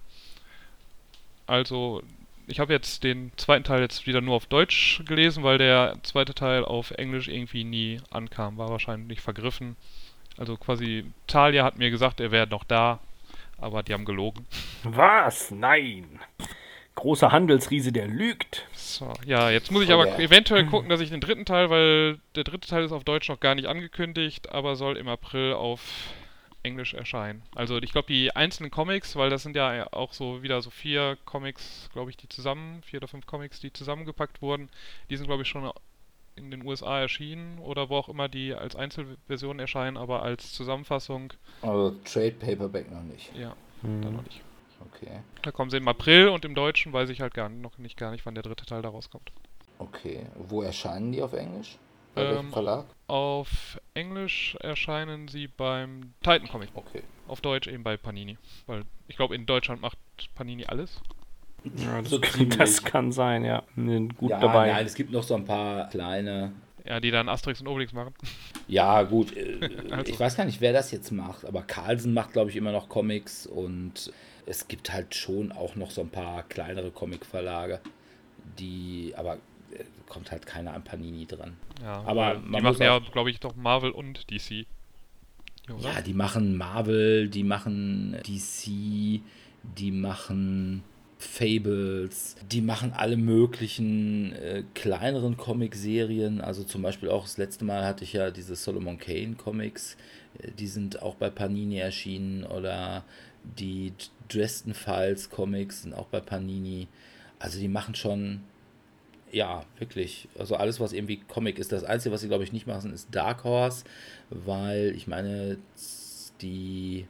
Also, ich habe jetzt den zweiten Teil jetzt wieder nur auf Deutsch gelesen, weil der zweite Teil auf Englisch irgendwie nie ankam. War wahrscheinlich vergriffen. Also quasi, Thalia hat mir gesagt, er wäre noch da, aber die haben gelogen. Was? Nein. Großer Handelsriese, der lügt. So, ja, jetzt muss ich aber eventuell gucken, dass ich den dritten Teil, weil der dritte Teil ist auf Deutsch noch gar nicht angekündigt, aber soll im April auf Englisch erscheinen. Also ich glaube, die einzelnen Comics, weil das sind ja auch so wieder so 4 Comics, glaube ich, 4 oder 5 Comics, die zusammengepackt wurden, die sind, glaube ich, schon in den USA erschienen oder wo auch immer die als Einzelversion erscheinen, aber als Zusammenfassung. Also Trade Paperback noch nicht. Ja, dann noch nicht. Okay. Da kommen sie im April und im Deutschen weiß ich halt gar nicht, wann der dritte Teil da rauskommt. Okay. Wo erscheinen die auf Englisch? Bei welchem Verlag? Auf Englisch erscheinen sie beim Titan Comic. Okay. Auf Deutsch eben bei Panini. Weil ich glaube, in Deutschland macht Panini alles. Ja, So das kann sein, ja. Gut ja, dabei. Nein, es gibt noch so ein paar kleine. Ja, die dann Asterix und Obelix machen. Ja, gut. Also. Ich weiß gar nicht, wer das jetzt macht, aber Carlsen macht, glaube ich, immer noch Comics und es gibt halt schon auch noch so ein paar kleinere Comic-Verlage, aber kommt halt keiner an Panini dran. Ja, aber die machen ja, glaube ich, doch Marvel und DC. Oder? Ja, die machen Marvel, die machen DC, die machen Fables, die machen alle möglichen kleineren Comicserien, also zum Beispiel auch das letzte Mal hatte ich ja diese Solomon Kane Comics, die sind auch bei Panini erschienen, oder die Dresden Files Comics sind auch bei Panini, also die machen schon, ja, wirklich, also alles, was irgendwie Comic ist. Das Einzige, was sie, glaube ich, nicht machen, ist Dark Horse, weil ich meine, die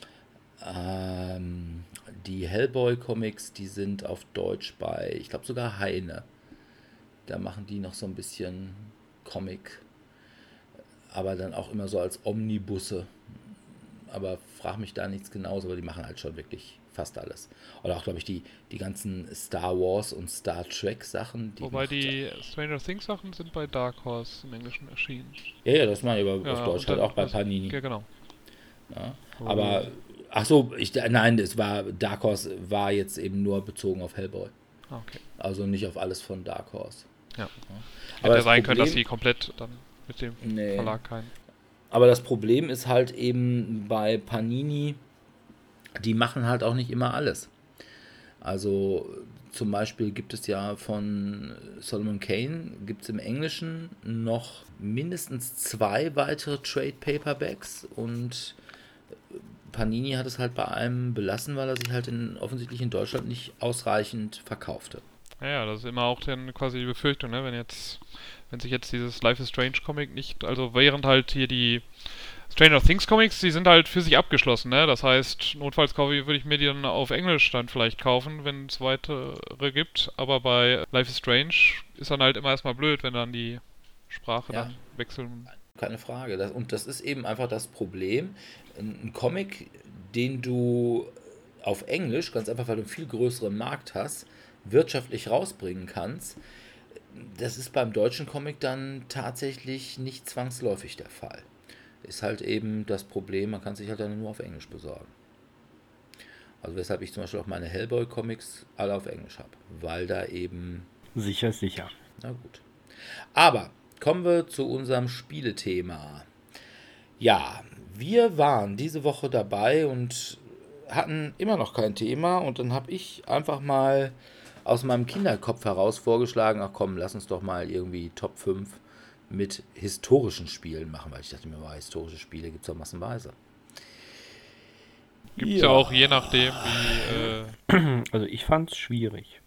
die Hellboy-Comics, die sind auf Deutsch bei, ich glaube sogar Heine. Da machen die noch so ein bisschen Comic, aber dann auch immer so als Omnibusse. Aber frag mich da nichts Genaues, aber die machen halt schon wirklich fast alles. Oder auch, glaube ich, die ganzen Star Wars und Star Trek Sachen. Wobei die Stranger Things Sachen sind bei Dark Horse im Englischen erschienen. Ja, das meine ich, aber Ja, auf Deutsch und halt dann- auch bei Panini. Ja, genau. Ja. Aber, ach so, nein, es war, Dark Horse war jetzt eben nur bezogen auf Hellboy. Ah, okay. Also nicht auf alles von Dark Horse. Ja. Aber Hätte das sein können, dass Problem- sie komplett dann mit dem Nee. Verlag kein... Aber das Problem ist halt eben bei Panini, die machen halt auch nicht immer alles. Also zum Beispiel gibt es ja von Solomon Kane, gibt es im Englischen noch mindestens 2 weitere Trade Paperbacks, und Panini hat es halt bei einem belassen, weil er sich halt offensichtlich in Deutschland nicht ausreichend verkaufte. Ja, das ist immer auch dann quasi die Befürchtung, ne? Wenn sich jetzt dieses Life is Strange Comic nicht, also während halt hier die Stranger Things Comics, die sind halt für sich abgeschlossen, ne? Das heißt, notfalls würde ich mir die dann auf Englisch dann vielleicht kaufen, wenn es weitere gibt, aber bei Life is Strange ist dann halt immer erstmal blöd, wenn dann die Sprache Ja. dann wechseln. Keine Frage. Und das ist eben einfach das Problem. Ein Comic, den du auf Englisch, ganz einfach, weil du einen viel größeren Markt hast, wirtschaftlich rausbringen kannst, das ist beim deutschen Comic dann tatsächlich nicht zwangsläufig der Fall. Ist halt eben das Problem, man kann sich halt dann nur auf Englisch besorgen. Also weshalb ich zum Beispiel auch meine Hellboy-Comics alle auf Englisch habe, weil da eben... Sicher ist sicher. Na gut. Aber kommen wir zu unserem Spielethema. Ja, wir waren diese Woche dabei und hatten immer noch kein Thema, und dann habe ich einfach mal aus meinem Kinderkopf heraus vorgeschlagen, ach komm, lass uns doch mal irgendwie Top 5 mit historischen Spielen machen, weil ich dachte mir, historische Spiele gibt es doch massenweise. Gibt es ja auch je nachdem, wie, Also ich fand's schwierig.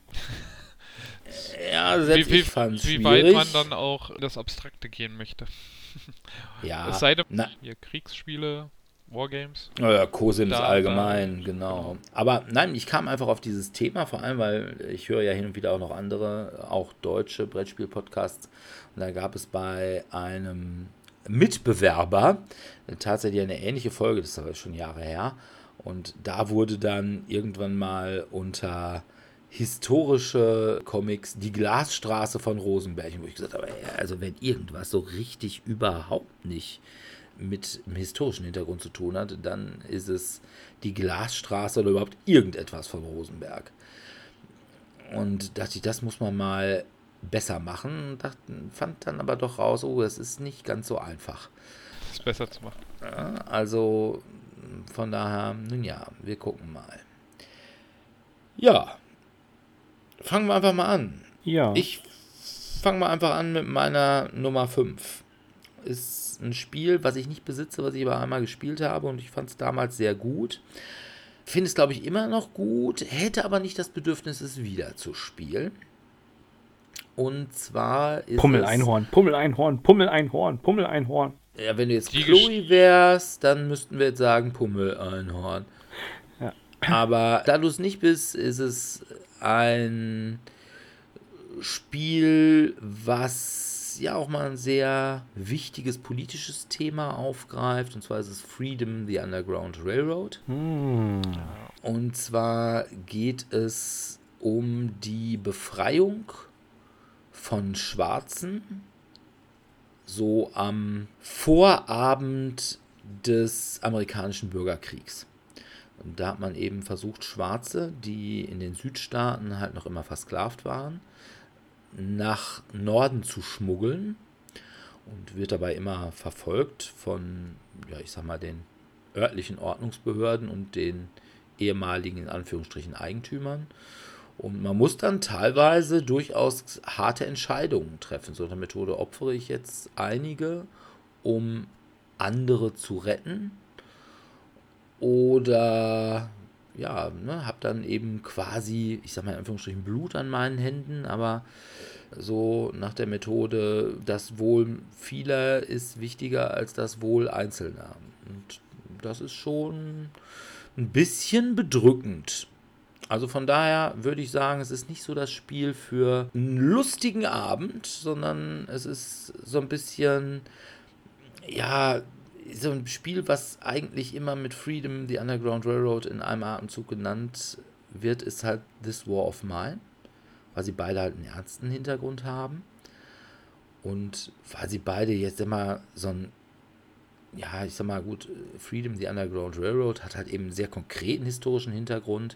Ja, selbst ich fand es wie schwierig. weit man dann auch in das Abstrakte gehen möchte. Ja, Es sei denn, na, hier Kriegsspiele, Wargames. Cosims Da- allgemein, da- genau. Aber nein, ich kam einfach auf dieses Thema, vor allem, weil ich höre ja hin und wieder auch noch andere, auch deutsche Brettspiel-Podcasts. Und da gab es bei einem Mitbewerber tatsächlich eine ähnliche Folge, das ist aber schon Jahre her. Und da wurde dann irgendwann mal unter historische Comics die Glasstraße von Rosenberg, wo ich gesagt habe, also wenn irgendwas so richtig überhaupt nicht mit dem historischen Hintergrund zu tun hat, dann ist es die Glasstraße oder überhaupt irgendetwas von Rosenberg. Und dachte ich, das muss man mal besser machen. Fand dann aber doch raus, oh, es ist nicht ganz so einfach. Das ist besser zu machen. Ja, also von daher, nun ja, wir gucken mal. Ja, fangen wir einfach mal an. Ja. Ich fange mal einfach an mit meiner Nummer 5. Ist ein Spiel, was ich nicht besitze, was ich aber einmal gespielt habe, und ich fand es damals sehr gut. Finde es, glaube ich, immer noch gut, hätte aber nicht das Bedürfnis, es wieder zu spielen. Und zwar ist Pummel-Einhorn, Pummel-Einhorn, Pummel-Einhorn, Pummel-Einhorn. ja, wenn du jetzt Die Chloe wärst, dann müssten wir jetzt sagen Pummel-Einhorn. Ja. Aber da du es nicht bist, ist es ein Spiel, was ja auch mal ein sehr wichtiges politisches Thema aufgreift. Und zwar ist es Freedom, the Underground Railroad. Und zwar geht es um die Befreiung von Schwarzen so am Vorabend des amerikanischen Bürgerkriegs. Und da hat man eben versucht, Schwarze, die in den Südstaaten halt noch immer versklavt waren, nach Norden zu schmuggeln, und wird dabei immer verfolgt von, ja, ich sag mal, den örtlichen Ordnungsbehörden und den ehemaligen, in Anführungsstrichen, Eigentümern. Und man muss dann teilweise durchaus harte Entscheidungen treffen. So eine Methode opfere ich jetzt einige, um andere zu retten. Oder ja, ne, habe dann eben quasi, ich sag mal in Anführungsstrichen, Blut an meinen Händen, aber so nach der Methode, das Wohl vieler ist wichtiger als das Wohl Einzelner. Und das ist schon ein bisschen bedrückend. Also von daher würde ich sagen, es ist nicht so das Spiel für einen lustigen Abend, sondern es ist so ein bisschen, ja, so ein Spiel, was eigentlich immer mit Freedom, the Underground Railroad in einem Atemzug genannt wird, ist halt This War of Mine, weil sie beide halt einen ernsten Hintergrund haben und weil sie beide jetzt immer so ein, ja, ich sag mal gut, Freedom, the Underground Railroad hat halt eben einen sehr konkreten historischen Hintergrund.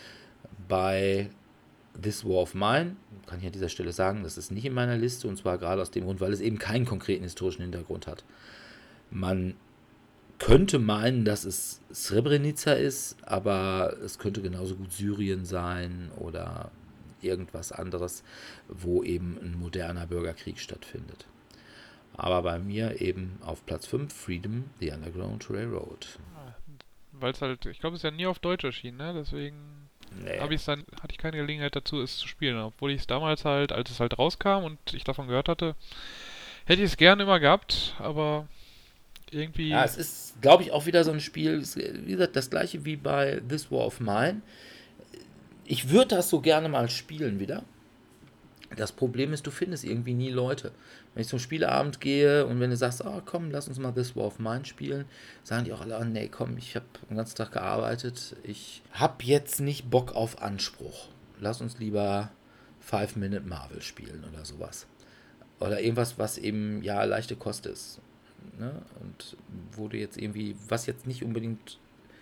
Bei This War of Mine kann ich an dieser Stelle sagen, das ist nicht in meiner Liste, und zwar gerade aus dem Grund, weil es eben keinen konkreten historischen Hintergrund hat. Man könnte meinen, dass es Srebrenica ist, aber es könnte genauso gut Syrien sein oder irgendwas anderes, wo eben ein moderner Bürgerkrieg stattfindet. Aber bei mir eben auf Platz 5 Freedom, the Underground Railroad. Weil es halt, ich glaube, es ist ja nie auf Deutsch erschienen, ne? Deswegen Nee. hatte ich keine Gelegenheit dazu, es zu spielen. Obwohl ich es damals halt, als es halt rauskam und ich davon gehört hatte, hätte ich es gerne immer gehabt, aber irgendwie... Ja, es ist, glaube ich, auch wieder so ein Spiel, wie gesagt, das gleiche wie bei This War of Mine. Ich würde das so gerne mal spielen wieder. Das Problem ist, du findest irgendwie nie Leute. Wenn ich zum Spieleabend gehe und wenn du sagst, oh komm, lass uns mal This War of Mine spielen, sagen die auch alle, oh, nee, komm, ich habe den ganzen Tag gearbeitet, ich habe jetzt nicht Bock auf Anspruch. Lass uns lieber 5-Minute Marvel spielen oder sowas. Oder irgendwas, was eben, ja, leichte Kost ist. Ne? Und wo du jetzt irgendwie, was jetzt nicht unbedingt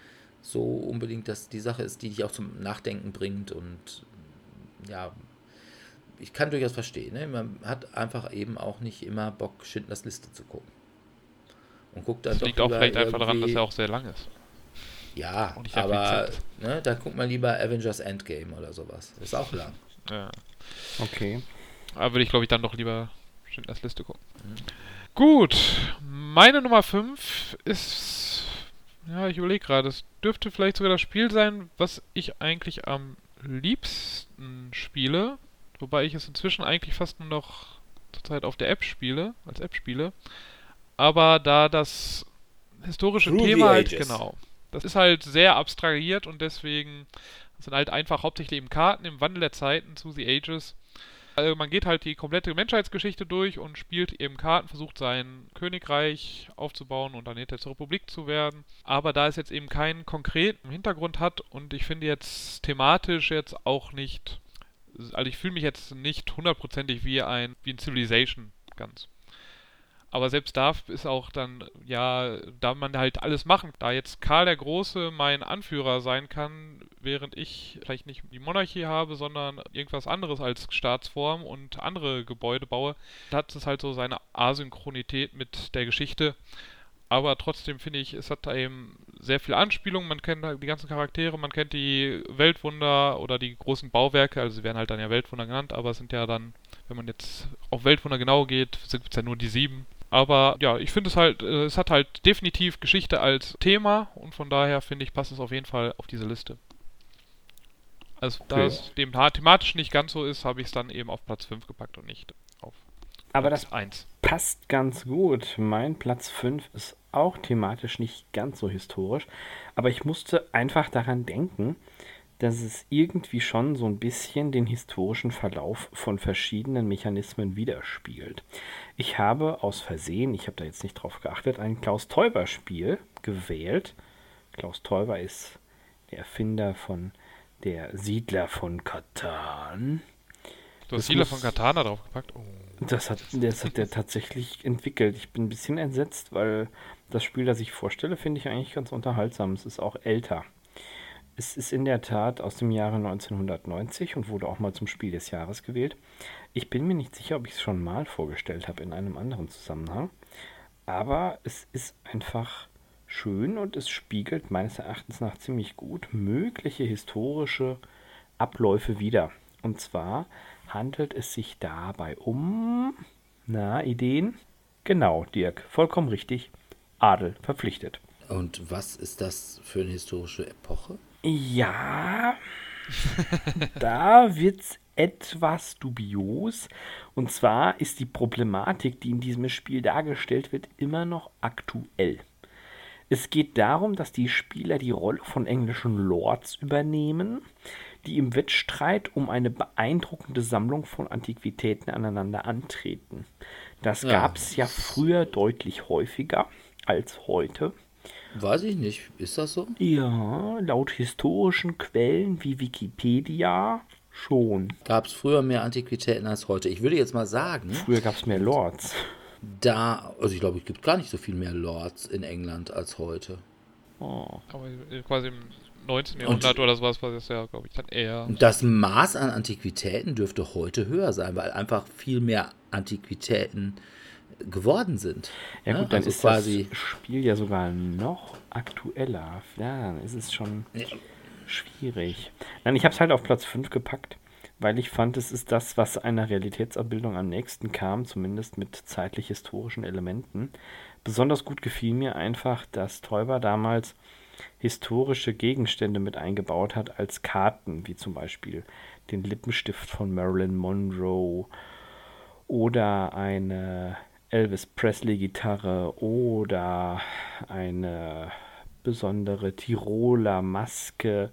dass die Sache ist, die dich auch zum Nachdenken bringt und ja, ich kann durchaus verstehen, ne? Man hat einfach eben auch nicht immer Bock, Schindlers Liste zu gucken. Und guckt dann Das doch liegt auch lieber vielleicht einfach daran, dass irgendwie- er auch sehr lang ist. Ja, und nicht sehr aber effizient. ne, da guckt man lieber Avengers Endgame oder sowas. Ist auch lang. Ja. Okay. Aber würde ich, glaube ich, dann doch lieber Schindlers Liste gucken. Gut, meine Nummer 5 ist, ja, ich überlege gerade, es dürfte vielleicht sogar das Spiel sein, was ich eigentlich am liebsten spiele, wobei ich es inzwischen eigentlich fast nur noch zurzeit auf der App spiele, als App spiele, aber da das historische Through the Thema halt, Ages. genau, das ist halt sehr abstrahiert und deswegen sind halt einfach hauptsächlich eben Karten im Wandel der Zeiten, Through the Ages. Also man geht halt die komplette Menschheitsgeschichte durch und spielt eben Karten, versucht sein Königreich aufzubauen und dann hinterher zur Republik zu werden. Aber da es jetzt eben keinen konkreten Hintergrund hat und ich finde jetzt thematisch jetzt auch nicht, also ich fühle mich jetzt nicht hundertprozentig wie ein Civilization ganz. Aber selbst da ist auch dann, ja, da man halt alles machen, da jetzt Karl der Große mein Anführer sein kann, während ich vielleicht nicht die Monarchie habe, sondern irgendwas anderes als Staatsform und andere Gebäude baue, hat es halt so seine Asynchronität mit der Geschichte. Aber trotzdem finde ich, es hat da eben sehr viel Anspielung, man kennt halt die ganzen Charaktere, man kennt die Weltwunder oder die großen Bauwerke, also sie werden halt dann ja Weltwunder genannt, aber es sind ja dann, wenn man jetzt auf Weltwunder genau geht, gibt es ja nur die 7. Aber ja, ich finde es halt, es hat halt definitiv Geschichte als Thema und von daher finde ich, passt es auf jeden Fall auf diese Liste. Also da Okay. es dem thematisch nicht ganz so ist, habe ich es dann eben auf Platz 5 gepackt und nicht auf Aber Platz das 1. passt ganz gut. Mein Platz 5 ist auch thematisch nicht ganz so historisch, aber ich musste einfach daran denken, dass es irgendwie schon so ein bisschen den historischen Verlauf von verschiedenen Mechanismen widerspiegelt. Ich habe aus Versehen, ich habe da jetzt nicht drauf geachtet, ein Klaus-Teuber-Spiel gewählt. Klaus Teuber ist der Erfinder von der Siedler von Catan. Du hast Das Siedler muss- von Katana draufgepackt. Oh. Das hat der tatsächlich entwickelt. Ich bin ein bisschen entsetzt, weil das Spiel, das ich vorstelle, finde ich eigentlich ganz unterhaltsam. Es ist auch älter. Es ist in der Tat aus dem Jahre 1990 und wurde auch mal zum Spiel des Jahres gewählt. Ich bin mir nicht sicher, ob ich es schon mal vorgestellt habe in einem anderen Zusammenhang. Aber es ist einfach schön und es spiegelt meines Erachtens nach ziemlich gut mögliche historische Abläufe wider. Und zwar handelt es sich dabei um, Ideen? Genau, Dirk, vollkommen richtig. Adel verpflichtet. Und was ist das für eine historische Epoche? Ja, da wird's etwas dubios. Und zwar ist die Problematik, die in diesem Spiel dargestellt wird, immer noch aktuell. Es geht darum, dass die Spieler die Rolle von englischen Lords übernehmen, die im Wettstreit um eine beeindruckende Sammlung von Antiquitäten aneinander antreten. Das Ja, gab es ja früher deutlich häufiger als heute. Weiß ich nicht. Ist das so? Ja, laut historischen Quellen wie Wikipedia schon. Gab es früher mehr Antiquitäten als heute? Ich würde jetzt mal sagen, Früher gab es mehr Lords. also ich glaube, es gibt gar nicht so viel mehr Lords in England als heute. Oh. Aber quasi im 19. Jahrhundert oder sowas war das ja, glaube ich, dann eher. Das Maß an Antiquitäten dürfte heute höher sein, weil einfach viel mehr Antiquitäten geworden sind. Ja gut, dann also ist quasi das Spiel ja sogar noch aktueller. Ja, dann ist es schon schwierig. Nein, ich habe es halt auf Platz 5 gepackt, weil ich fand, es ist das, was einer Realitätsabbildung am nächsten kam, zumindest mit zeitlich-historischen Elementen. Besonders gut gefiel mir einfach, dass Teuber damals historische Gegenstände mit eingebaut hat als Karten, wie zum Beispiel den Lippenstift von Marilyn Monroe oder eine Elvis Presley-Gitarre oder eine besondere Tiroler Maske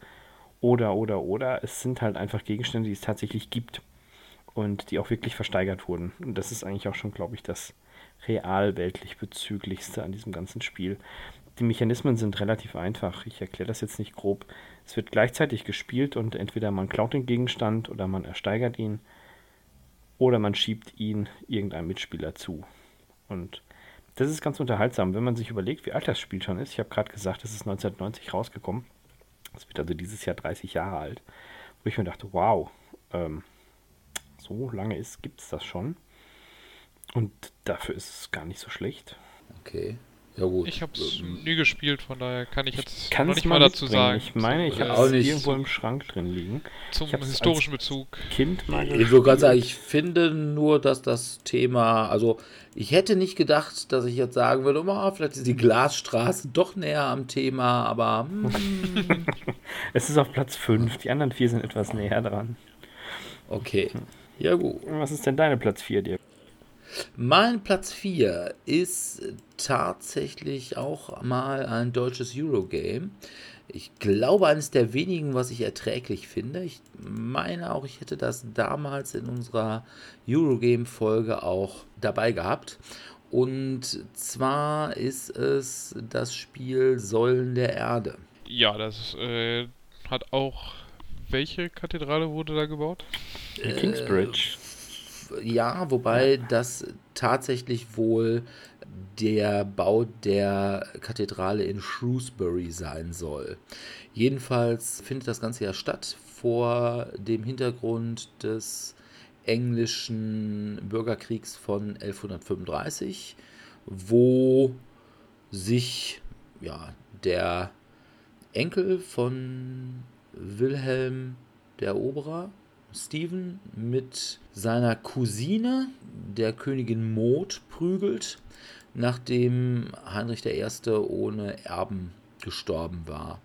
oder. Es sind halt einfach Gegenstände, die es tatsächlich gibt und die auch wirklich versteigert wurden. Und das ist eigentlich auch schon, glaube ich, das realweltlich bezüglichste an diesem ganzen Spiel. Die Mechanismen sind relativ einfach. Ich erkläre das jetzt nicht grob. Es wird gleichzeitig gespielt und entweder man klaut den Gegenstand oder man ersteigert ihn oder man schiebt ihn irgendeinem Mitspieler zu. Und das ist ganz unterhaltsam, wenn man sich überlegt, wie alt das Spiel schon ist. Ich habe gerade gesagt, es ist 1990 rausgekommen. Es wird also dieses Jahr 30 Jahre alt. Wo ich mir dachte, wow, so lange gibt es das schon. Und dafür ist es gar nicht so schlecht. okay. Ja gut. Ich habe es nie gespielt, von daher kann ich jetzt Kann noch es nicht mal mal dazu mitbringen. sagen. Ich meine, ich habe auch es nicht. irgendwo im Schrank drin liegen. Zum ich hab's historischen als Bezug. Kind mal Ich würde gerade sagen, gespielt. ich finde nur, dass das Thema, also ich hätte nicht gedacht, dass ich jetzt sagen würde, vielleicht ist die Glasstraße doch näher am Thema, aber Es ist auf Platz 5. Die anderen 4 sind etwas näher dran. okay. Ja gut. Was ist denn deine Platz 4, dir? Mein Platz 4 ist tatsächlich auch mal ein deutsches Eurogame. Ich glaube, eines der wenigen, was ich erträglich finde. Ich meine auch, ich hätte das damals in unserer Eurogame-Folge auch dabei gehabt. Und zwar ist es das Spiel Säulen der Erde. Ja, das hat auch. Welche Kathedrale wurde da gebaut? Kingsbridge. Ja, wobei das tatsächlich wohl der Bau der Kathedrale in Shrewsbury sein soll. Jedenfalls findet das Ganze ja statt vor dem Hintergrund des englischen Bürgerkriegs von 1135, wo sich der Enkel von Wilhelm der Eroberer, Stephen, mit seiner Cousine, der Königin Maud, prügelt, nachdem Heinrich I. ohne Erben gestorben war.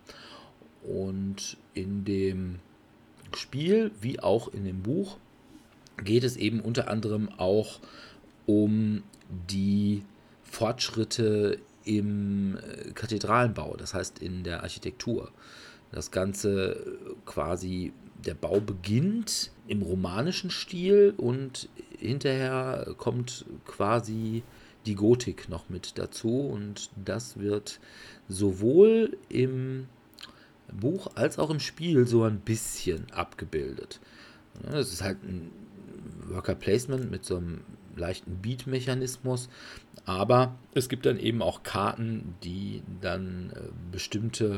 Und in dem Spiel, wie auch in dem Buch, geht es eben unter anderem auch um die Fortschritte im Kathedralenbau, das heißt in der Architektur. Das Ganze quasi, der Bau beginnt im romanischen Stil und hinterher kommt quasi die Gotik noch mit dazu und das wird sowohl im Buch als auch im Spiel so ein bisschen abgebildet. Das ist halt ein Worker Placement mit so einem leichten Beat-Mechanismus, aber es gibt dann eben auch Karten, die dann bestimmte,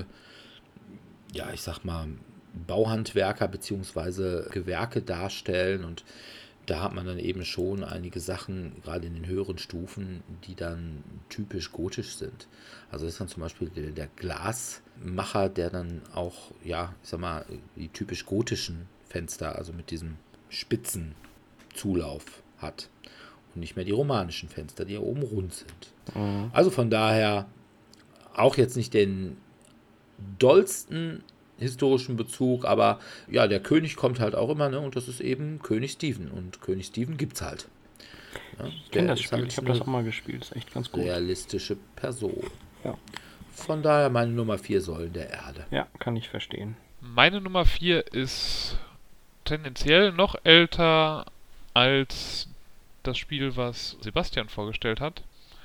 ich sag mal, Bauhandwerker bzw. Gewerke darstellen und da hat man dann eben schon einige Sachen, gerade in den höheren Stufen, die dann typisch gotisch sind. Also das ist dann zum Beispiel der Glasmacher, der dann auch, ja, ich sag mal, die typisch gotischen Fenster, also mit diesem spitzen Zulauf hat. Und nicht mehr die romanischen Fenster, die ja oben rund sind. Mhm. Also von daher auch jetzt nicht den dollsten historischen Bezug, aber ja, der König kommt halt auch immer, ne? Und das ist eben König Stephen. Und König Stephen gibt's halt. Ja, Ich kenne das ist Spiel, halt ich habe eine das auch mal gespielt, ist echt ganz gut. realistische Person. Ja. Von daher meine Nummer 4 Säulen der Erde. Ja, kann ich verstehen. Meine Nummer 4 ist tendenziell noch älter als das Spiel, was Sebastian vorgestellt hat.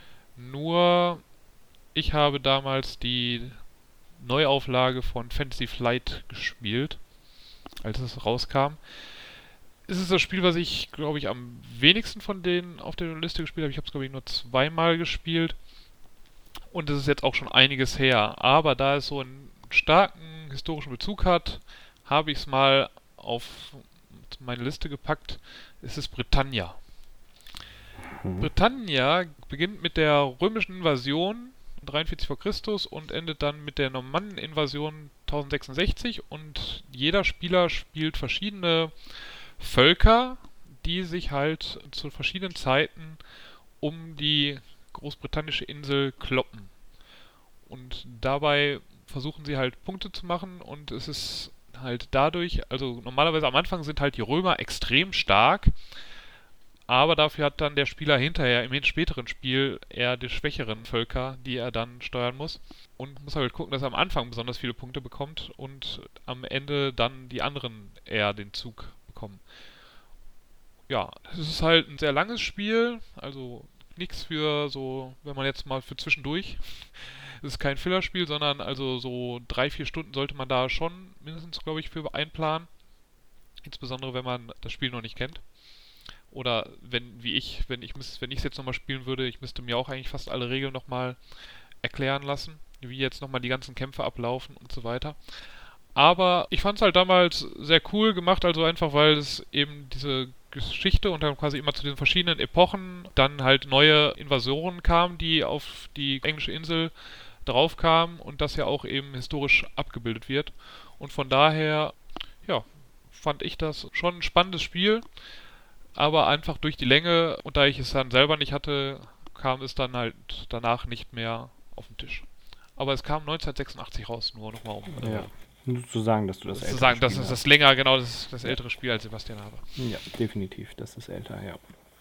Nur ich habe damals die Neuauflage von Fantasy Flight gespielt, als es rauskam. Es ist das Spiel, was ich, glaube ich, am wenigsten von denen auf der Liste gespielt habe. Ich habe es, glaube ich, nur 2-mal gespielt. Und es ist jetzt auch schon einiges her. Aber da es so einen starken historischen Bezug hat, habe ich es mal auf meine Liste gepackt. Es ist Britannia. Britannia beginnt mit der römischen Invasion 43 vor Christus und endet dann mit der Normanneninvasion 1066 und jeder Spieler spielt verschiedene Völker, die sich halt zu verschiedenen Zeiten um die großbritannische Insel kloppen. Und dabei versuchen sie halt Punkte zu machen und es ist halt dadurch, also normalerweise am Anfang sind halt die Römer extrem stark, aber dafür hat dann der Spieler hinterher im späteren Spiel eher die schwächeren Völker, die er dann steuern muss. Und muss halt gucken, dass er am Anfang besonders viele Punkte bekommt und am Ende dann die anderen eher den Zug bekommen. Ja, es ist halt ein sehr langes Spiel, also nichts für so, wenn man jetzt mal für zwischendurch. Es ist kein Fillerspiel, sondern also so 3-4 Stunden sollte man da schon mindestens, glaube ich, für einplanen. Insbesondere, wenn man das Spiel noch nicht kennt. Oder wenn ich es jetzt nochmal spielen würde, ich müsste mir auch eigentlich fast alle Regeln nochmal erklären lassen, wie jetzt nochmal die ganzen Kämpfe ablaufen und so weiter. Aber ich fand es halt damals sehr cool gemacht, also einfach, weil es eben diese Geschichte und dann quasi immer zu den verschiedenen Epochen dann halt neue Invasionen kamen, die auf die englische Insel drauf kamen und das ja auch eben historisch abgebildet wird. Und von daher, ja, fand ich das schon ein spannendes Spiel. Aber einfach durch die Länge und da ich es dann selber nicht hatte, kam es dann halt danach nicht mehr auf den Tisch. Aber es kam 1986 raus, nur nochmal um. Ja. Nur zu sagen, dass du das zu sagen, das ist das länger, genau, das ist das ältere Spiel als Sebastian habe. Ja, definitiv, das ist älter, ja.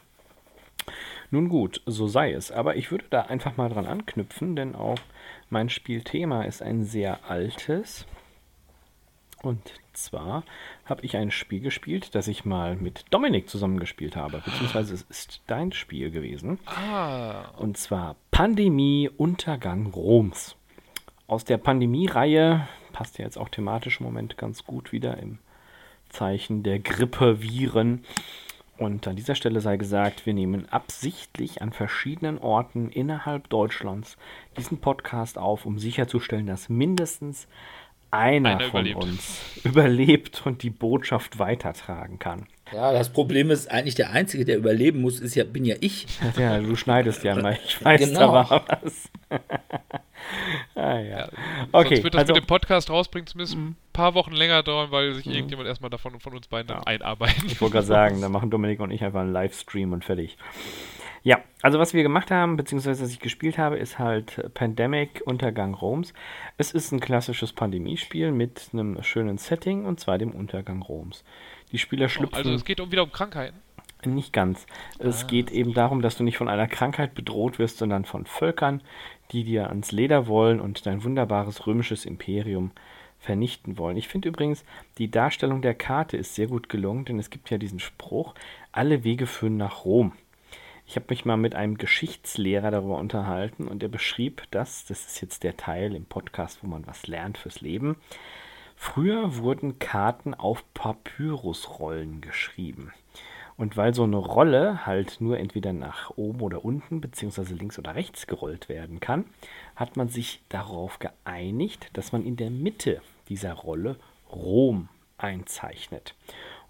Nun gut, so sei es. Aber ich würde da einfach mal dran anknüpfen, denn auch mein Spielthema ist ein sehr altes. Und zwar habe ich ein Spiel gespielt, das ich mal mit Dominik zusammengespielt habe, beziehungsweise es ist dein Spiel gewesen. Und zwar Pandemie, Untergang Roms. Aus der Pandemie-Reihe, passt ja jetzt auch thematisch im Moment ganz gut wieder im Zeichen der Grippeviren. Und an dieser Stelle sei gesagt, wir nehmen absichtlich an verschiedenen Orten innerhalb Deutschlands diesen Podcast auf, um sicherzustellen, dass mindestens einer von uns überlebt und die Botschaft weitertragen kann. Ja, das Problem ist eigentlich, der Einzige, der überleben muss, bin ja ich. Ja, du schneidest ja mal. Ich weiß, Genau. Da war was. Ja. Okay, sonst wird das mit dem Podcast rausbringen zumindest ein paar Wochen länger dauern, weil sich irgendjemand erstmal davon von uns beiden dann einarbeiten. Ich wollte gerade sagen, da machen Dominik und ich einfach einen Livestream und fertig. Ja, also was wir gemacht haben, beziehungsweise was ich gespielt habe, ist halt Pandemic, Untergang Roms. Es ist ein klassisches Pandemiespiel mit einem schönen Setting, und zwar dem Untergang Roms. Die Spieler schlüpfen... Also es geht wieder um Krankheiten? Nicht ganz. Es geht eben darum, dass du nicht von einer Krankheit bedroht wirst, sondern von Völkern, die dir ans Leder wollen und dein wunderbares römisches Imperium vernichten wollen. Ich finde übrigens, die Darstellung der Karte ist sehr gut gelungen, denn es gibt ja diesen Spruch, alle Wege führen nach Rom. Ich habe mich mal mit einem Geschichtslehrer darüber unterhalten und er beschrieb das ist jetzt der Teil im Podcast, wo man was lernt fürs Leben. Früher wurden Karten auf Papyrusrollen geschrieben. Und weil so eine Rolle halt nur entweder nach oben oder unten, beziehungsweise links oder rechts gerollt werden kann, hat man sich darauf geeinigt, dass man in der Mitte dieser Rolle Rom einzeichnet.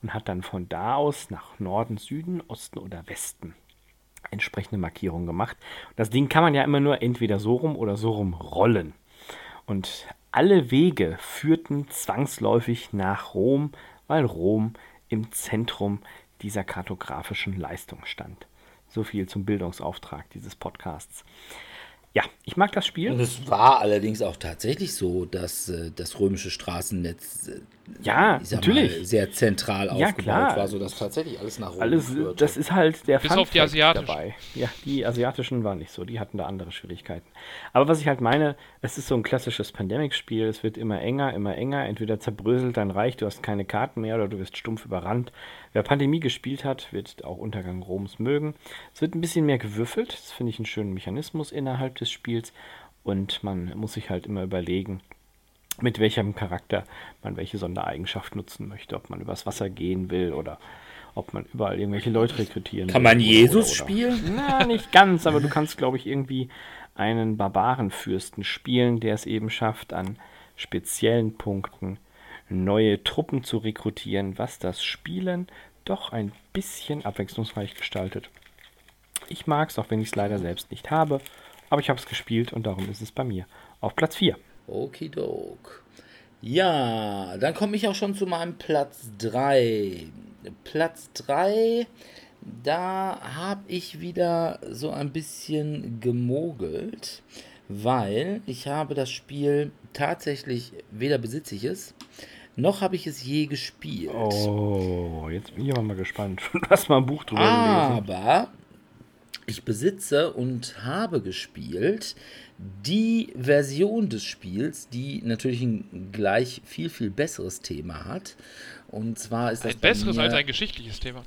und hat dann von da aus nach Norden, Süden, Osten oder Westen entsprechende Markierungen gemacht. Das Ding kann man ja immer nur entweder so rum oder so rum rollen. Und alle Wege führten zwangsläufig nach Rom, weil Rom im Zentrum dieser kartografischen Leistung stand. So viel zum Bildungsauftrag dieses Podcasts. Ja, ich mag das Spiel. Und es war allerdings auch tatsächlich so, dass das römische Straßennetz natürlich mal, sehr zentral aufgebaut war, sodass tatsächlich alles nach Rom führte. Das ist halt der Bis auf die asiatischen dabei. Ja, die asiatischen waren nicht so, die hatten da andere Schwierigkeiten. Aber was ich halt meine, es ist so ein klassisches Pandemic-Spiel, es wird immer enger, entweder zerbröselt dein Reich, du hast keine Karten mehr oder du wirst stumpf überrannt. Wer Pandemie gespielt hat, wird auch Untergang Roms mögen. Es wird ein bisschen mehr gewürfelt, das finde ich einen schönen Mechanismus innerhalb des Spiels und man muss sich halt immer überlegen, mit welchem Charakter man welche Sondereigenschaft nutzen möchte, ob man übers Wasser gehen will oder ob man überall irgendwelche Leute rekrutieren will. Kann man Jesus spielen? Na, nicht ganz, aber du kannst, glaube ich, irgendwie einen Barbarenfürsten spielen, der es eben schafft, an speziellen Punkten neue Truppen zu rekrutieren, was das Spielen doch ein bisschen abwechslungsreich gestaltet. Ich mag es, auch wenn ich es leider selbst nicht habe, aber ich habe es gespielt und darum ist es bei mir auf Platz 4. Okidok. Ja, dann komme ich auch schon zu meinem Platz 3. Platz 3, da habe ich wieder so ein bisschen gemogelt, weil ich habe das Spiel tatsächlich, weder besitze ich es, noch habe ich es je gespielt. Oh, jetzt bin ich aber mal gespannt. Lass mal ein Buch drüber lesen. Aber ich besitze und habe gespielt die Version des Spiels, die natürlich ein gleich viel, viel besseres Thema hat. Und zwar ist das ein besseres als ein geschichtliches Thema.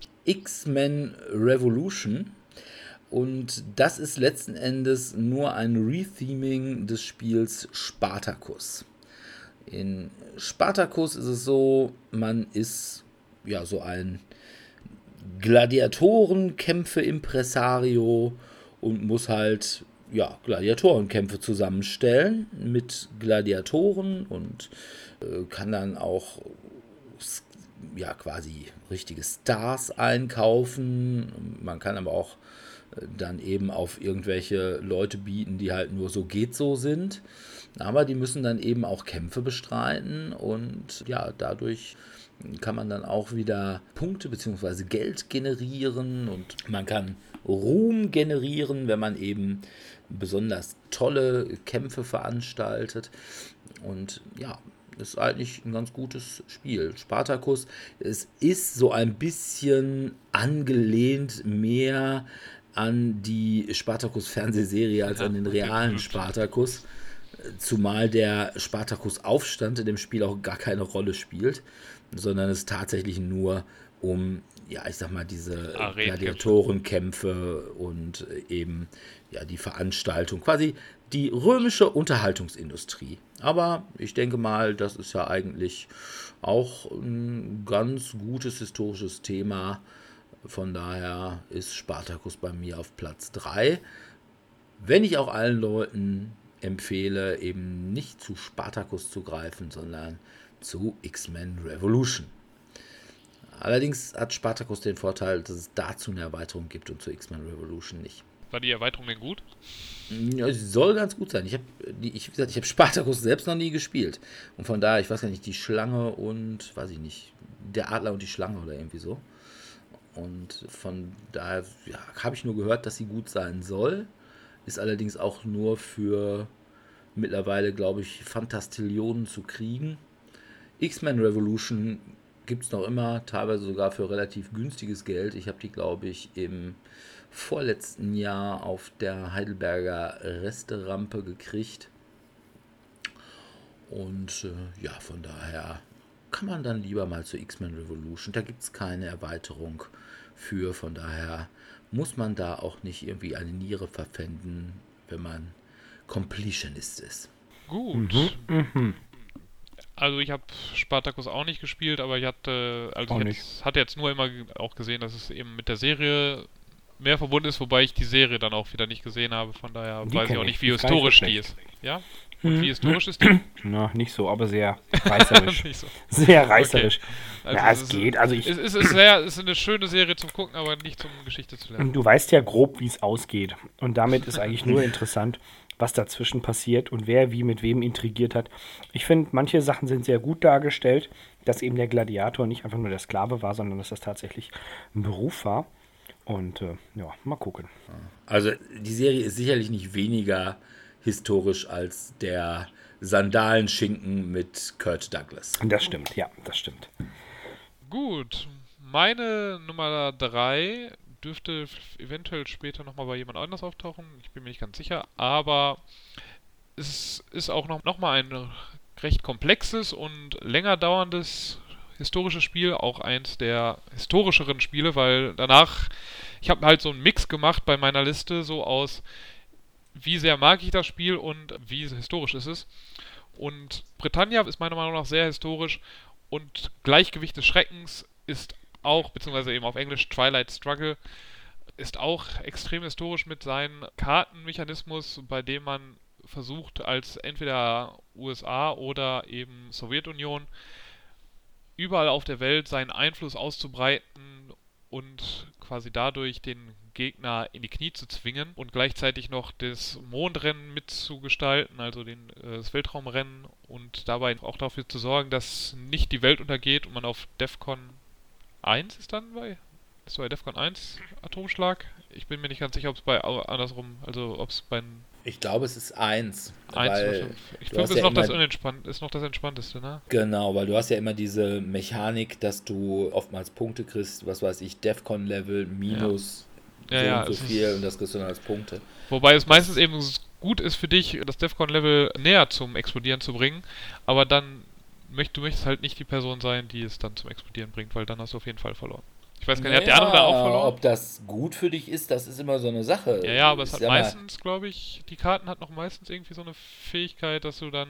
X-Men Revolution. Und das ist letzten Endes nur ein Retheming des Spiels Spartacus. In Spartacus ist es so, man ist ja so ein Gladiatorenkämpfe-Impresario und muss halt Gladiatorenkämpfe zusammenstellen mit Gladiatoren und kann dann auch quasi richtige Stars einkaufen. Man kann aber auch dann eben auf irgendwelche Leute bieten, die halt nur so geht so sind. Aber die müssen dann eben auch Kämpfe bestreiten und ja, dadurch kann man dann auch wieder Punkte bzw. Geld generieren und man kann Ruhm generieren, wenn man eben besonders tolle Kämpfe veranstaltet. Und ja, das ist eigentlich ein ganz gutes Spiel. Spartacus, es ist so ein bisschen angelehnt mehr an die Spartacus-Fernsehserie als an den realen Spartacus. Zumal der Spartacus-Aufstand in dem Spiel auch gar keine Rolle spielt, sondern es tatsächlich nur um, diese Gladiatorenkämpfe und eben die Veranstaltung, quasi die römische Unterhaltungsindustrie. Aber ich denke mal, das ist ja eigentlich auch ein ganz gutes historisches Thema. Von daher ist Spartacus bei mir auf Platz 3. Wenn ich auch allen Leuten empfehle, eben nicht zu Spartacus zu greifen, sondern zu X-Men Revolution. Allerdings hat Spartacus den Vorteil, dass es dazu eine Erweiterung gibt und zu X-Men Revolution nicht. War die Erweiterung denn gut? Ja, sie soll ganz gut sein. Ich habe Spartacus selbst noch nie gespielt. Und von daher, ich weiß gar nicht, die Schlange und, der Adler und die Schlange oder irgendwie so. Und von daher habe ich nur gehört, dass sie gut sein soll. Ist allerdings auch nur für mittlerweile, glaube ich, Fantastillionen zu kriegen. X-Men Revolution gibt es noch immer, teilweise sogar für relativ günstiges Geld. Ich habe die, glaube ich, im vorletzten Jahr auf der Heidelberger Resterampe gekriegt. Und von daher kann man dann lieber mal zu X-Men Revolution. Da gibt es keine Erweiterung für, von daher muss man da auch nicht irgendwie eine Niere verpfänden, wenn man Completionist ist. Gut. Also ich habe Spartacus auch nicht gespielt, aber ich hatte jetzt nur immer auch gesehen, dass es eben mit der Serie mehr verbunden ist, wobei ich die Serie dann auch wieder nicht gesehen habe, von daher weiß ich auch nicht, wie historisch die ist. Ja? Und wie historisch ist die? Na, nicht so, aber sehr reißerisch. Nicht so. Sehr reißerisch. Okay. Ja, es geht. Also Es ist eine schöne Serie zum Gucken, aber nicht zum Geschichte zu lernen. du weißt ja grob, wie es ausgeht. Und damit ist eigentlich nur interessant, was dazwischen passiert und wer wie mit wem intrigiert hat. Ich finde, manche Sachen sind sehr gut dargestellt, dass eben der Gladiator nicht einfach nur der Sklave war, sondern dass das tatsächlich ein Beruf war. Und ja, mal gucken. Also die Serie ist sicherlich nicht weniger historisch als der Sandalenschinken mit Kirk Douglas. Das stimmt, ja, das stimmt. Gut, meine Nummer 3 dürfte eventuell später nochmal bei jemand anders auftauchen. Ich bin mir nicht ganz sicher, aber es ist auch noch mal ein recht komplexes und länger dauerndes historisches Spiel, auch eins der historischeren Spiele, weil danach, ich habe halt so einen Mix gemacht bei meiner Liste, so aus wie sehr mag ich das Spiel und wie historisch ist es. Und Britannia ist meiner Meinung nach sehr historisch und Gleichgewicht des Schreckens ist auch, beziehungsweise eben auf Englisch Twilight Struggle, ist auch extrem historisch mit seinem Kartenmechanismus, bei dem man versucht, als entweder USA oder eben Sowjetunion überall auf der Welt seinen Einfluss auszubreiten und quasi dadurch den Gegner in die Knie zu zwingen und gleichzeitig noch das Mondrennen mitzugestalten, also das Weltraumrennen und dabei auch dafür zu sorgen, dass nicht die Welt untergeht und man auf DEFCON 1 ist bei DEFCON 1 Atomschlag? Ich bin mir nicht ganz sicher, ob es bei andersrum, also ob es bei Ich glaube, es ist 1. 1 ich du hast finde, ja ist noch das Entspannteste, ne? Genau, weil du hast ja immer diese Mechanik, dass du oftmals Punkte kriegst, was weiß ich, Defcon-Level minus Ja, so und so viel und das kriegst du dann als Punkte. Wobei es meistens eben gut ist für dich, das Defcon-Level näher zum Explodieren zu bringen, aber dann du möchtest halt nicht die Person sein, die es dann zum Explodieren bringt, weil dann hast du auf jeden Fall verloren. Ich weiß gar nicht, hat der andere da auch verloren? Ob das gut für dich ist, das ist immer so eine Sache. Ja, aber es Ich hat sag mal, meistens, glaube ich, die Karten hat noch meistens irgendwie so eine Fähigkeit, dass du dann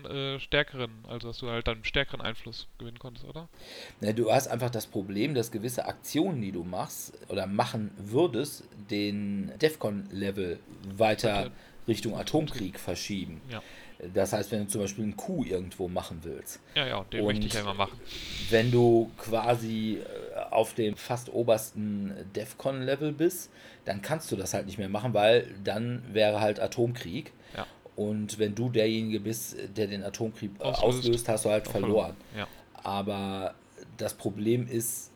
dass du halt dann stärkeren Einfluss gewinnen konntest, oder? Du hast einfach das Problem, dass gewisse Aktionen, die du machst oder machen würdest, den Defcon-Level weiter Richtung Atomkrieg verschieben. Ja. Das heißt, wenn du zum Beispiel einen Coup irgendwo machen willst. Ja, den möchte ich ja immer machen. Wenn du quasi auf dem fast obersten Defcon-Level bist, dann kannst du das halt nicht mehr machen, weil dann wäre halt Atomkrieg. Ja. Und wenn du derjenige bist, der den Atomkrieg auslöst, hast du halt verloren. Ja. Aber das Problem ist,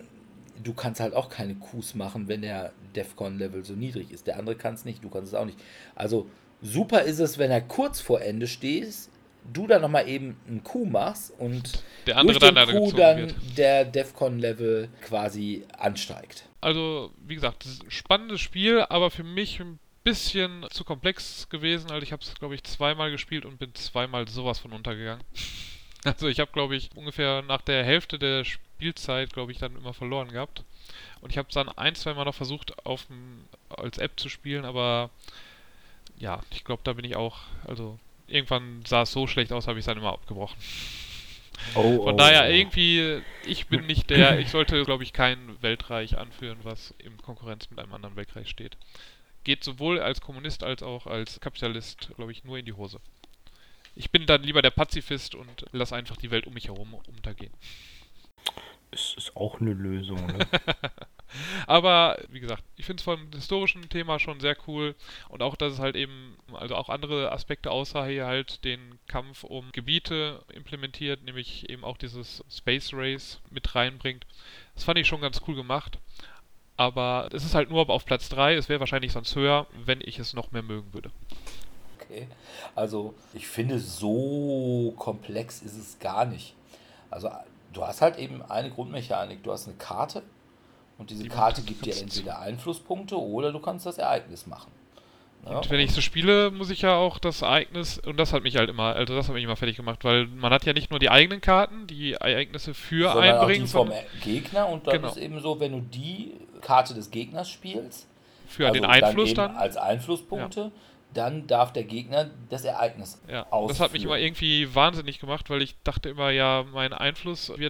du kannst halt auch keine Coups machen, wenn der Defcon-Level so niedrig ist. Der andere kann es nicht, du kannst es auch nicht. Also super ist es, wenn er kurz vor Ende stehst, du dann nochmal eben einen Coup machst und der andere durch den dann Coup dann der Defcon-Level quasi ansteigt. Also, wie gesagt, das ist ein spannendes Spiel, aber für mich ein bisschen zu komplex gewesen. Also ich habe es, glaube ich, 2-mal gespielt und bin 2-mal sowas von untergegangen. Also ich habe, glaube ich, ungefähr nach der Hälfte der Spielzeit, glaube ich, dann immer verloren gehabt. Und ich habe es dann 1-2 Mal noch versucht, als App zu spielen, aber ja, ich glaube, da bin ich auch, also irgendwann sah es so schlecht aus, habe ich es dann immer abgebrochen. Von daher irgendwie, ich sollte, glaube ich, kein Weltreich anführen, was in Konkurrenz mit einem anderen Weltreich steht. Geht sowohl als Kommunist als auch als Kapitalist, glaube ich, nur in die Hose. Ich bin dann lieber der Pazifist und lasse einfach die Welt um mich herum untergehen. Es ist auch eine Lösung, ne? Aber, wie gesagt, ich finde es vom historischen Thema schon sehr cool und auch, dass es halt eben, also auch andere Aspekte außer hier halt den Kampf um Gebiete implementiert, nämlich eben auch dieses Space Race mit reinbringt. Das fand ich schon ganz cool gemacht, aber es ist halt nur auf Platz 3, es wäre wahrscheinlich sonst höher, wenn ich es noch mehr mögen würde. Okay, also ich finde, so komplex ist es gar nicht. Also du hast halt eben eine Grundmechanik, du hast eine Karte. Und diese Karte gibt dir entweder Einflusspunkte oder du kannst das Ereignis machen. Ja, und wenn ich so spiele, muss ich ja auch das Ereignis, und das hat mich halt immer, also das hat mich immer fertig gemacht, weil man hat ja nicht nur die eigenen Karten, die Ereignisse für einbringen, auch die vom Gegner und dann ist eben so, wenn du die Karte des Gegners spielst, für also den Einfluss dann als Einflusspunkte, dann darf der Gegner das Ereignis ausführen. Das hat mich immer irgendwie wahnsinnig gemacht, weil ich dachte immer, ja, mein Einfluss wird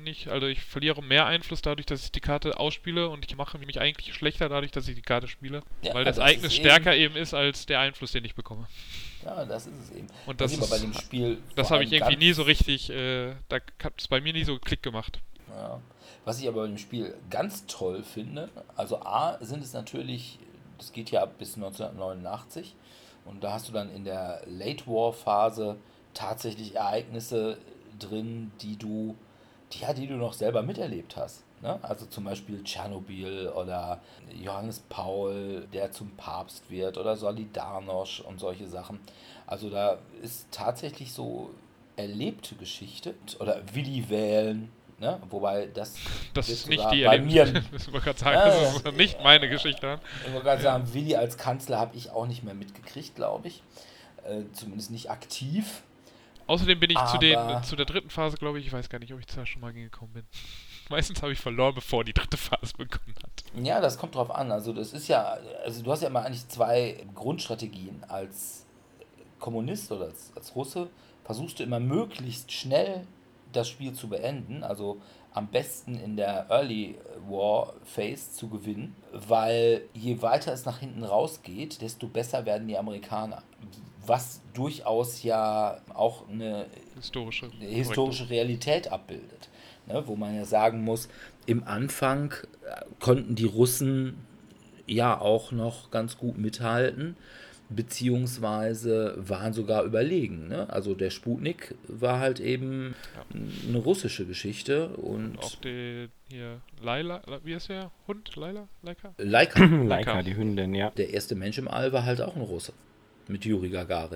nicht, also ich verliere mehr Einfluss dadurch, dass ich die Karte ausspiele und ich mache mich eigentlich schlechter dadurch, dass ich die Karte spiele, Ja, weil das Ereignis stärker eben ist als der Einfluss, den ich bekomme. Ja, das ist es eben. Und das Was ich aber bei dem Spiel das vor habe ich allem irgendwie ganz- nie so richtig, da hat es bei mir nie so Klick gemacht. Ja. Was ich aber bei dem Spiel ganz toll finde, also A, sind es natürlich, das geht ja ab bis 1989 und da hast du dann in der Late War Phase tatsächlich Ereignisse drin, die du noch selber miterlebt hast. Ne? Also zum Beispiel Tschernobyl oder Johannes Paul, der zum Papst wird, oder Solidarność und solche Sachen. Also da ist tatsächlich so erlebte Geschichte oder Willi wählen, ne? Wobei das Das wird ist nicht sogar die bei Erlebnis. mir. Das wollte gerade sagen, Ja, das ist nicht meine Geschichte. Ich wollte gerade sagen, Willi als Kanzler habe ich auch nicht mehr mitgekriegt, glaube ich. Zumindest nicht aktiv. Außerdem bin ich Aber- zu der dritten Phase, glaube ich weiß gar nicht, ob ich da schon mal gekommen bin. Meistens habe ich verloren, bevor die dritte Phase begonnen hat. Ja, das kommt drauf an. Also das ist ja, also du hast ja immer eigentlich zwei Grundstrategien. Als Kommunist oder als Russe versuchst du immer möglichst schnell das Spiel zu beenden, also am besten in der Early War Phase zu gewinnen, weil je weiter es nach hinten rausgeht, desto besser werden die Amerikaner. Was durchaus ja auch eine historische Realität abbildet. Ne, wo man ja sagen muss, im Anfang konnten die Russen ja auch noch ganz gut mithalten, beziehungsweise waren sogar überlegen. Ne? Also der Sputnik war halt eben eine russische Geschichte und auch hier Laila, wie heißt der Hund? Laika? Laika, die Hündin, ja. der erste Mensch im All war halt auch ein Russe mit Juri Gagarin.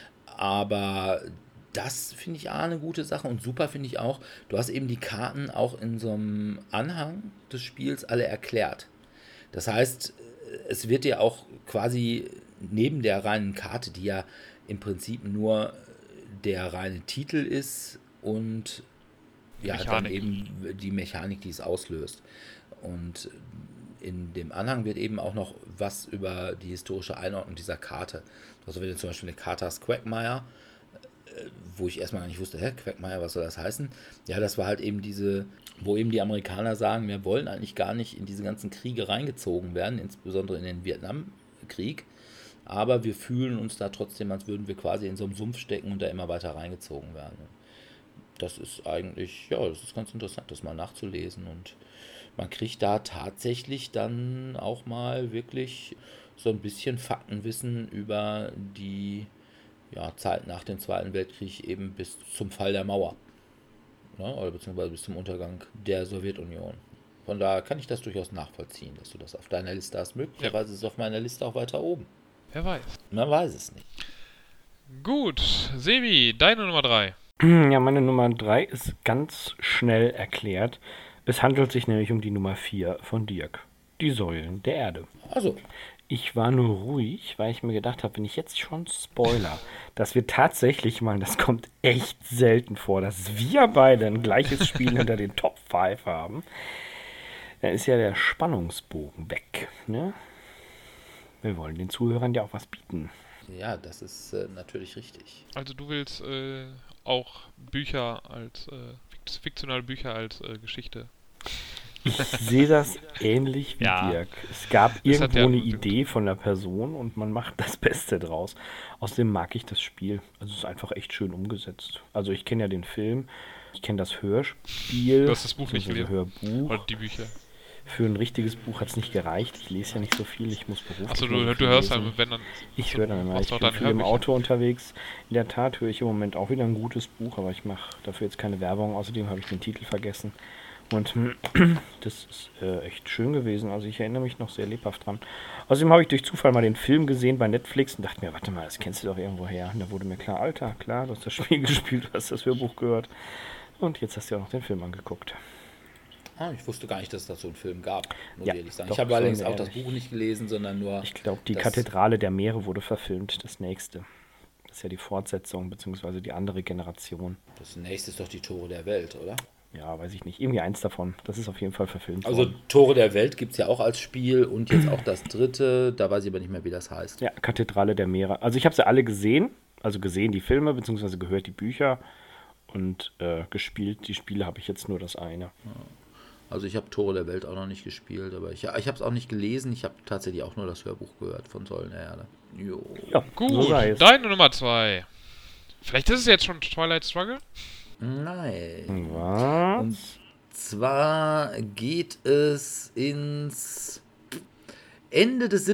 Aber das finde ich eine gute Sache und super finde ich auch, du hast eben die Karten auch in so einem Anhang des Spiels alle erklärt. Das heißt, es wird dir auch quasi neben der reinen Karte, die ja im Prinzip nur der reine Titel ist und ja, dann eben die Mechanik, die es auslöst. Und in dem Anhang wird eben auch noch was über die historische Einordnung dieser Karte. Also wenn du zum Beispiel eine Karte hast, Quagmire, wo ich erstmal gar nicht wusste, Quagmire, was soll das heißen? Ja, das war halt eben wo eben die Amerikaner sagen, wir wollen eigentlich gar nicht in diese ganzen Kriege reingezogen werden, insbesondere in den Vietnamkrieg, aber wir fühlen uns da trotzdem, als würden wir quasi in so einem Sumpf stecken und da immer weiter reingezogen werden. Das ist eigentlich, ja, das ist ganz interessant, das mal nachzulesen und man kriegt da tatsächlich dann auch mal wirklich so ein bisschen Faktenwissen über die Zeit nach dem Zweiten Weltkrieg eben bis zum Fall der Mauer. Ne? Oder beziehungsweise bis zum Untergang der Sowjetunion. Von daher kann ich das durchaus nachvollziehen, dass du das auf deiner Liste hast. Möglicherweise ist es auf meiner Liste auch weiter oben. Wer weiß. Man weiß es nicht. Gut, Sebi, deine Nummer 3. Ja, meine Nummer 3 ist ganz schnell erklärt. Es handelt sich nämlich um die Nummer 4 von Dirk. Die Säulen der Erde. Also. Ich war nur ruhig, weil ich mir gedacht habe, wenn ich jetzt schon Spoiler, dass wir tatsächlich mal, das kommt echt selten vor, dass wir beide ein gleiches Spiel hinter den Top 5 haben, dann ist ja der Spannungsbogen weg. Ne? Wir wollen den Zuhörern ja auch was bieten. Ja, das ist natürlich richtig. Also du willst auch Bücher als, fiktionale Bücher als Geschichte. Ich sehe das ähnlich wie Dirk. Es gab irgendwo eine Idee von der Person und man macht das Beste draus. Außerdem mag ich das Spiel. Also es ist einfach echt schön umgesetzt. Also ich kenne ja den Film, ich kenne das Hörspiel. Du hast das Buch nicht gelesen. Hörbuch. Oder die Bücher. Für ein richtiges Buch hat es nicht gereicht. Ich lese ja nicht so viel, ich muss beruflich. Achso, du hörst halt, wenn dann... Ich höre dann immer, ich bin viel im Auto unterwegs. In der Tat höre ich im Moment auch wieder ein gutes Buch, aber ich mache dafür jetzt keine Werbung. Außerdem habe ich den Titel vergessen. Und das ist echt schön gewesen. Also ich erinnere mich noch sehr lebhaft dran. Außerdem habe ich durch Zufall mal den Film gesehen bei Netflix und dachte mir, warte mal, das kennst du doch irgendwo her. Und da wurde mir klar, Alter, klar, du hast das Spiel gespielt, du hast das Hörbuch gehört. Und jetzt hast du auch noch den Film angeguckt. Ich wusste gar nicht, dass es dazu einen Film gab, muss Ja, ich ehrlich sagen. doch, Ich habe allerdings auch ehrlich. das Buch nicht gelesen, sondern nur... Ich glaube, die Kathedrale der Meere wurde verfilmt, das nächste. Das ist ja die Fortsetzung, beziehungsweise die andere Generation. Das nächste ist doch die Tore der Welt, oder? Ja, weiß ich nicht. Irgendwie eins davon. Das ist auf jeden Fall verfilmt Also worden. Tore der Welt gibt es ja auch als Spiel und jetzt auch das dritte, da weiß ich aber nicht mehr, wie das heißt. Ja, Kathedrale der Meere. Also ich habe sie alle gesehen, die Filme, beziehungsweise gehört die Bücher. und gespielt. Die Spiele habe ich jetzt nur das eine. Also ich habe Tore der Welt auch noch nicht gespielt, aber ich habe es auch nicht gelesen. Ich habe tatsächlich auch nur das Hörbuch gehört von Säulen der Erde. Jo. Ja, Gut, so sei es. deine Nummer 2. Vielleicht ist es jetzt schon Twilight Struggle? Nein. Was? Und zwar geht es ins Ende des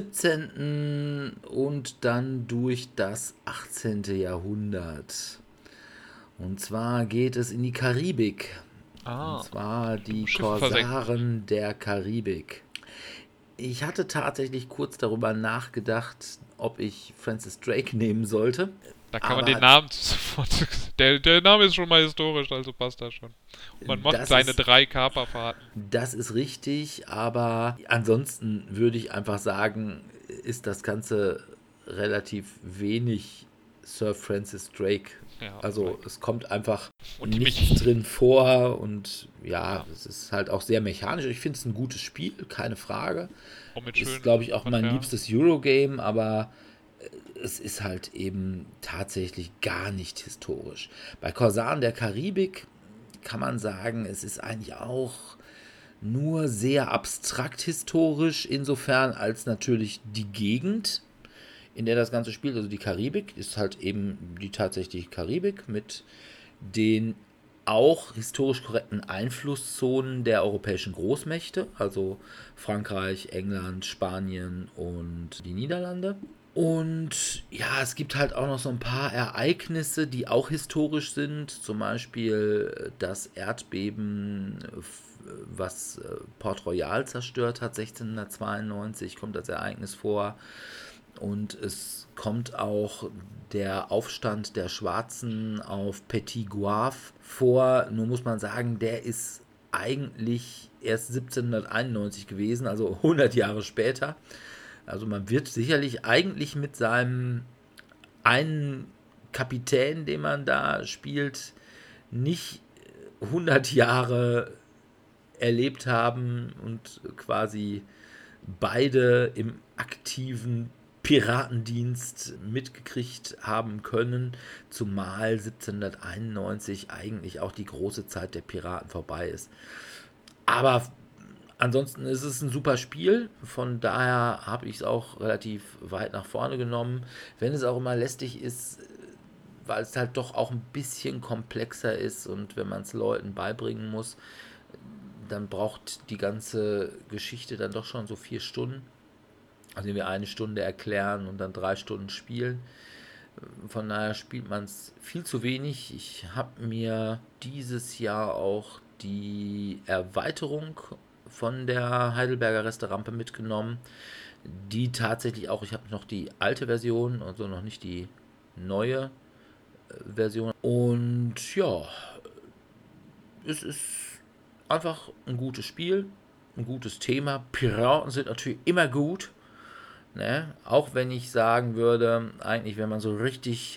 17. und dann durch das 18. Jahrhundert. Und zwar geht es in die Karibik. Und zwar die Schiffe versenken. Korsaren der Karibik. Ich hatte tatsächlich kurz darüber nachgedacht, ob ich Francis Drake nehmen sollte. Da kann man Aber den Namen sofort. Der Name ist schon mal historisch, also passt das schon. Und man macht das seine ist- 3 Kaperfahrten. Das ist richtig, aber ansonsten würde ich einfach sagen, ist das Ganze relativ wenig Sir Francis Drake. Ja, Also es kommt einfach Und die nichts Mich- drin vor und ja, Ja. es ist halt auch sehr mechanisch. Ich finde es ein gutes Spiel, keine Frage. auch mit schönen Ist, glaube ich, auch mein Materialien. liebstes Eurogame, aber es ist halt eben tatsächlich gar nicht historisch. Bei Korsaren der Karibik kann man sagen, es ist eigentlich auch nur sehr abstrakt historisch, insofern als natürlich die Gegend, in der das Ganze spielt, also die Karibik, ist halt eben die tatsächliche Karibik mit den auch historisch korrekten Einflusszonen der europäischen Großmächte, also Frankreich, England, Spanien und die Niederlande. Und ja, es gibt halt auch noch so ein paar Ereignisse, die auch historisch sind. Zum Beispiel das Erdbeben, was Port Royal zerstört hat, 1692, kommt als Ereignis vor. Und es kommt auch der Aufstand der Schwarzen auf Petit Goâve vor. Nur muss man sagen, der ist eigentlich erst 1791 gewesen, also 100 Jahre später. Also man wird sicherlich eigentlich mit seinem einen Kapitän, den man da spielt, nicht 100 Jahre erlebt haben und quasi beide im aktiven Piratendienst mitgekriegt haben können, zumal 1791 eigentlich auch die große Zeit der Piraten vorbei ist. Aber ansonsten ist es ein super Spiel, von daher habe ich es auch relativ weit nach vorne genommen, wenn es auch immer lästig ist, weil es halt doch auch ein bisschen komplexer ist und wenn man es Leuten beibringen muss, dann braucht die ganze Geschichte dann doch schon so 4 Stunden. Also wir 1 Stunde erklären und dann 3 Stunden spielen. Von daher spielt man es viel zu wenig. Ich habe mir dieses Jahr auch die Erweiterung von der Heidelberger Resterampe mitgenommen. Die tatsächlich auch, ich habe noch die alte Version, also noch nicht die neue Version. Und ja, es ist einfach ein gutes Spiel, ein gutes Thema. Piraten sind natürlich immer gut. Ne? Auch wenn ich sagen würde, eigentlich, wenn man so richtig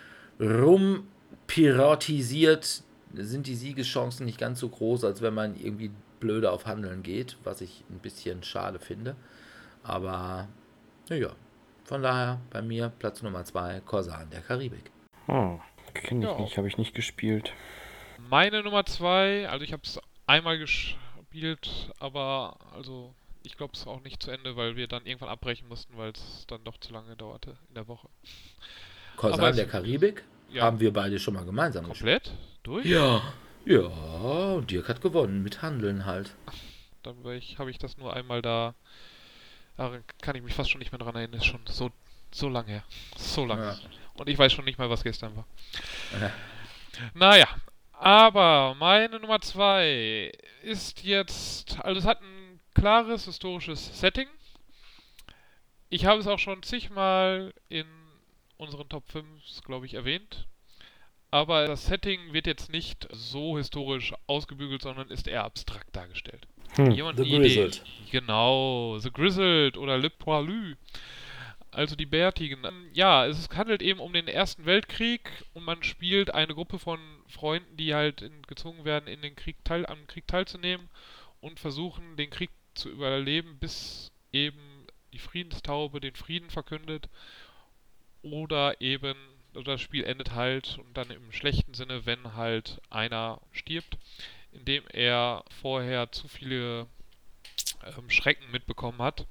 rumpiratisiert, sind die Siegeschancen nicht ganz so groß, als wenn man irgendwie blöde auf Handeln geht, was ich ein bisschen schade finde. Aber, naja, von daher bei mir Platz Nummer 2, Korsaren der Karibik. Kenne ich Ja. nicht, habe ich nicht gespielt. Meine Nummer 2, also ich habe es einmal gespielt, aber also ich glaube es auch nicht zu Ende, weil wir dann irgendwann abbrechen mussten, weil es dann doch zu lange dauerte in der Woche. Aber Korsaren es- der Karibik Ja, haben wir beide schon mal gemeinsam gespielt. komplett durch. Ja, ja, und Dirk hat gewonnen, mit Handeln halt. Dann habe ich das nur einmal da. Daran kann ich mich fast schon nicht mehr dran erinnern. Ist schon so lange her. So lange. Ja. Und ich weiß schon nicht mal, was gestern war. Ja. Naja, aber meine Nummer 2 ist jetzt. Also, es hat ein klares historisches Setting. Ich habe es auch schon zigmal in unseren Top 5, glaube ich, erwähnt. Aber das Setting wird jetzt nicht so historisch ausgebügelt, sondern ist eher abstrakt dargestellt. Jemand The eine Idee? Grizzled. Genau, The Grizzled oder Le Poilu. Also die Bärtigen. Ja, es handelt eben um den Ersten Weltkrieg und man spielt eine Gruppe von Freunden, die halt gezwungen werden, in den Krieg am Krieg teilzunehmen und versuchen, den Krieg zu überleben, bis eben die Friedenstaube den Frieden verkündet oder eben das Spiel endet halt, und dann im schlechten Sinne, wenn halt einer stirbt, indem er vorher zu viele Schrecken mitbekommen hat.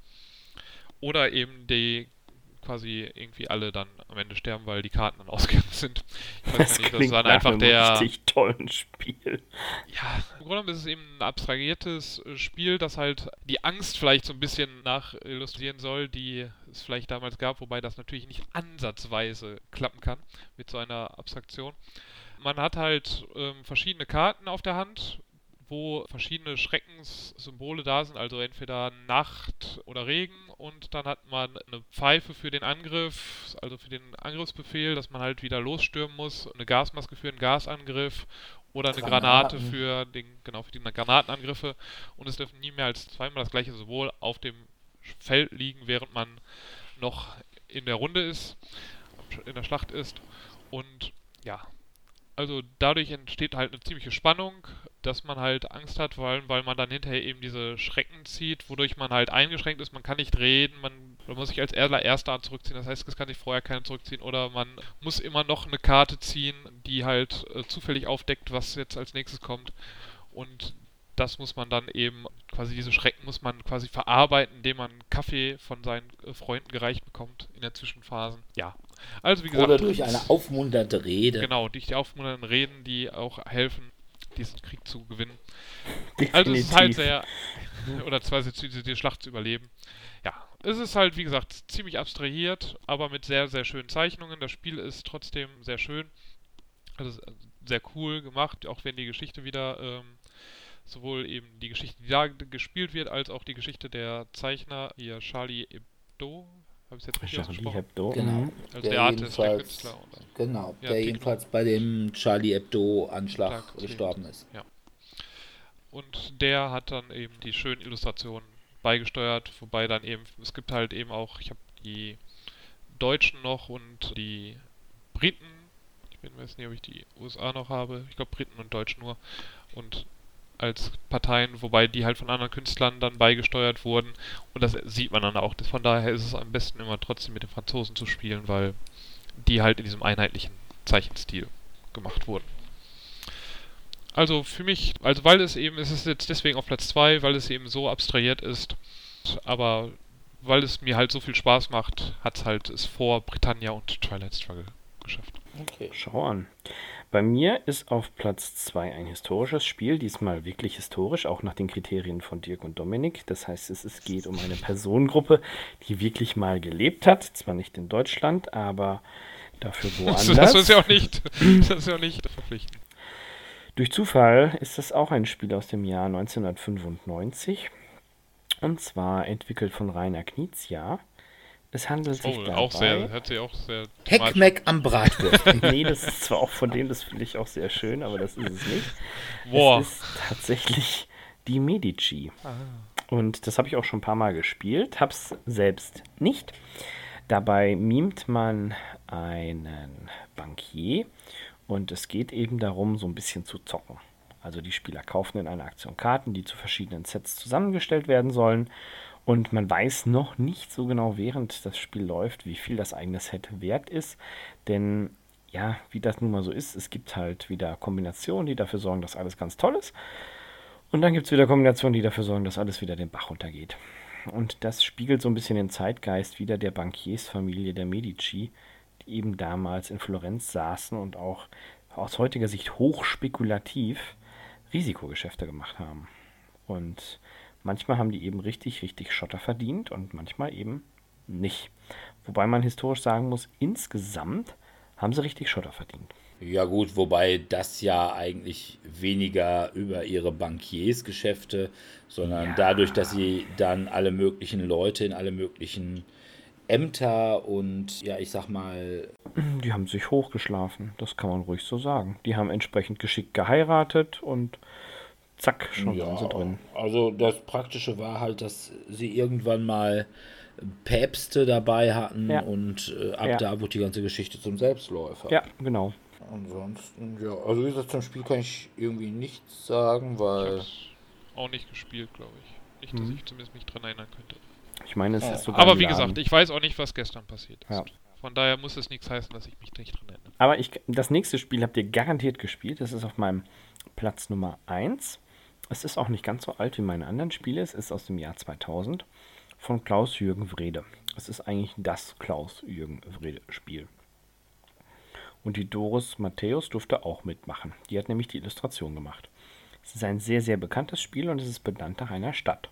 Oder eben die quasi irgendwie alle dann am Ende sterben, weil die Karten dann ausgegangen sind. Ich weiß Das nicht, das klingt ist dann nach einfach einem der... richtig tollen Spiel. Ja, im Grunde genommen ist es eben ein abstrahiertes Spiel, das halt die Angst vielleicht so ein bisschen nachillustrieren soll, die es vielleicht damals gab, wobei das natürlich nicht ansatzweise klappen kann mit so einer Abstraktion. Man hat halt verschiedene Karten auf der Hand, wo verschiedene Schreckenssymbole da sind, also entweder Nacht oder Regen, und dann hat man eine Pfeife für den Angriff, also für den Angriffsbefehl, dass man halt wieder losstürmen muss, eine Gasmaske für einen Gasangriff oder eine Granate Granaten. für die Granatenangriffe, und es dürfen nie mehr als zweimal das gleiche Symbol auf dem Feld liegen, während man noch in der Runde ist, in der Schlacht ist. Und ja, also dadurch entsteht halt eine ziemliche Spannung, dass man halt Angst hat, weil man dann hinterher eben diese Schrecken zieht, wodurch man halt eingeschränkt ist, man kann nicht reden, man muss sich als Erster zurückziehen, das heißt, es kann sich vorher keiner zurückziehen, oder man muss immer noch eine Karte ziehen, die halt zufällig aufdeckt, was jetzt als nächstes kommt, und das muss man dann eben, quasi diese Schrecken muss man quasi verarbeiten, indem man Kaffee von seinen Freunden gereicht bekommt in der Zwischenphasen. Ja, also wie gesagt... Oder durch eine aufmunternde Rede. Genau, die aufmunternden Reden, die auch helfen, diesen Krieg zu gewinnen. Also es ist halt sehr... Oder die Schlacht zu überleben. Ja, es ist halt, wie gesagt, ziemlich abstrahiert, aber mit sehr, sehr schönen Zeichnungen. Das Spiel ist trotzdem sehr schön. Also sehr cool gemacht, auch wenn die Geschichte wieder... sowohl eben die Geschichte, die da gespielt wird, als auch die Geschichte der Zeichner, hier Charlie Hebdo, habe ich es jetzt richtig Charlie ausgesprochen? Hebdo. Genau. Also der Artist, der Künstler. Oder? Genau, Ja, der Titel. jedenfalls bei dem Charlie Hebdo-Anschlag Schlag gestorben ist. Ja. Und der hat dann eben die schönen Illustrationen beigesteuert, wobei dann eben, es gibt halt eben auch, ich habe die Deutschen noch und die Briten, weiß nicht, ob ich die USA noch habe, ich glaube Briten und Deutsch nur, und als Parteien, wobei die halt von anderen Künstlern dann beigesteuert wurden, und das sieht man dann auch. Von daher ist es am besten immer trotzdem mit den Franzosen zu spielen, weil die halt in diesem einheitlichen Zeichenstil gemacht wurden. Also für mich, also weil es eben, es ist jetzt deswegen auf Platz 2, weil es eben so abstrahiert ist, aber weil es mir halt so viel Spaß macht, hat es halt es vor Britannia und Twilight Struggle geschafft. Okay. Schau an. Bei mir ist auf Platz 2 ein historisches Spiel, diesmal wirklich historisch, auch nach den Kriterien von Dirk und Dominik. Das heißt, es geht um eine Personengruppe, die wirklich mal gelebt hat. Zwar nicht in Deutschland, aber dafür woanders. Das ist ja auch nicht verpflichtend. Durch Zufall ist das auch ein Spiel aus dem Jahr 1995. Und zwar entwickelt von Rainer Knizia. Es handelt sich dabei... Auch sehr, hört sich auch sehr... Heckmeck am Bratwurst. Nee, das ist zwar auch von denen, das finde ich auch sehr schön, aber das ist es nicht. Boah. Es ist tatsächlich die Medici. Und das habe ich auch schon ein paar Mal gespielt, hab's selbst nicht. Dabei mimt man einen Bankier und es geht eben darum, so ein bisschen zu zocken. Also die Spieler kaufen in einer Aktion Karten, die zu verschiedenen Sets zusammengestellt werden sollen. Und man weiß noch nicht so genau, während das Spiel läuft, wie viel das eigene Set wert ist. Denn, ja, wie das nun mal so ist, es gibt halt wieder Kombinationen, die dafür sorgen, dass alles ganz toll ist. Und dann gibt es wieder Kombinationen, die dafür sorgen, dass alles wieder den Bach runtergeht. Und das spiegelt so ein bisschen den Zeitgeist wieder der Bankiersfamilie der Medici, die eben damals in Florenz saßen und auch aus heutiger Sicht hochspekulativ Risikogeschäfte gemacht haben. Und manchmal haben die eben richtig, richtig Schotter verdient und manchmal eben nicht. Wobei man historisch sagen muss, insgesamt haben sie richtig Schotter verdient. Ja gut, wobei das ja eigentlich weniger über ihre Bankiersgeschäfte, sondern dadurch, dass sie dann alle möglichen Leute in alle möglichen Ämter und, ja, ich sag mal... Die haben sich hochgeschlafen, das kann man ruhig so sagen. Die haben entsprechend geschickt geheiratet und zack, schon waren sie drin. Also das Praktische war halt, dass sie irgendwann mal Päpste dabei hatten und ab da wurde die ganze Geschichte zum Selbstläufer. Ja, genau. Ansonsten, ja, also wie gesagt, zum Spiel kann ich irgendwie nichts sagen, weil... Ich hab's auch nicht gespielt, glaube ich. Nicht, dass ich zumindest mich dran erinnern könnte. Ich meine, es ist sogar Aber im wie Laden. gesagt, ich weiß auch nicht, was gestern passiert ist. Ja. Von daher muss es nichts heißen, dass ich mich nicht dran erinnere. Aber das nächste Spiel habt ihr garantiert gespielt. Das ist auf meinem Platz Nummer 1. Es ist auch nicht ganz so alt wie meine anderen Spiele. Es ist aus dem Jahr 2000 von Klaus-Jürgen Wrede. Es ist eigentlich das Klaus-Jürgen Wrede-Spiel. Und die Doris Matthäus durfte auch mitmachen. Die hat nämlich die Illustration gemacht. Es ist ein sehr, sehr bekanntes Spiel und es ist benannt nach einer Stadt.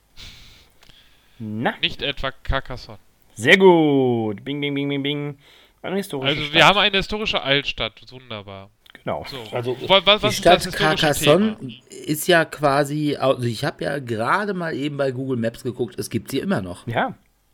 Na? Nicht etwa Carcassonne. Sehr gut. Bing, bing, bing, bing, bing. Eine historische Also Stadt. wir haben eine historische Altstadt. Wunderbar. Genau. So. Also Was die ist Stadt das historische Carcassonne Thema? ist ja quasi, also ich habe ja gerade mal eben bei Google Maps geguckt, es gibt sie immer noch. Ja.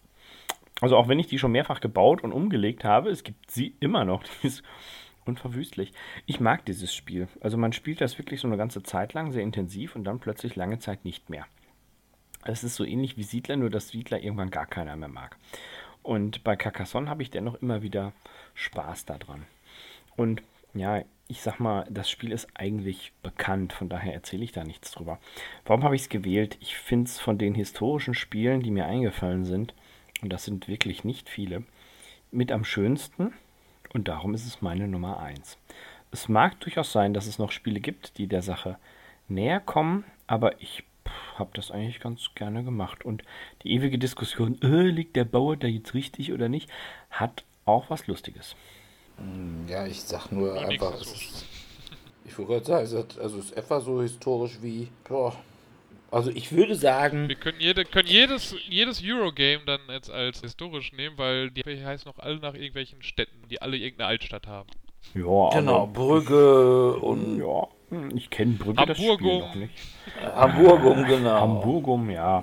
Also auch wenn ich die schon mehrfach gebaut und umgelegt habe, es gibt sie immer noch. Die ist unverwüstlich. Ich mag dieses Spiel. Also man spielt das wirklich so eine ganze Zeit lang sehr intensiv und dann plötzlich lange Zeit nicht mehr. Es ist so ähnlich wie Siedler, nur dass Siedler irgendwann gar keiner mehr mag. Und bei Carcassonne habe ich dennoch immer wieder Spaß daran. Und ja, ich sag mal, das Spiel ist eigentlich bekannt, von daher erzähle ich da nichts drüber. Warum habe ich es gewählt? Ich finde es von den historischen Spielen, die mir eingefallen sind, und das sind wirklich nicht viele, mit am schönsten und darum ist es meine Nummer 1. Es mag durchaus sein, dass es noch Spiele gibt, die der Sache näher kommen, aber ich habe das eigentlich ganz gerne gemacht. Und die ewige Diskussion, liegt der Bauer da jetzt richtig oder nicht, hat auch was Lustiges. Ja, ich sag nur Und einfach, nichts Historisches. ich würde gerade sagen, es ist etwa so historisch wie, also ich würde sagen, Wir können jedes Eurogame dann jetzt als historisch nehmen, weil die heißen noch alle nach irgendwelchen Städten, die alle irgendeine Altstadt haben. Ja, genau, aber, Brügge und ja, ich kenne Brügge, das Spiel Hamburgum. noch nicht. Hamburgum, genau. Hamburgum, ja.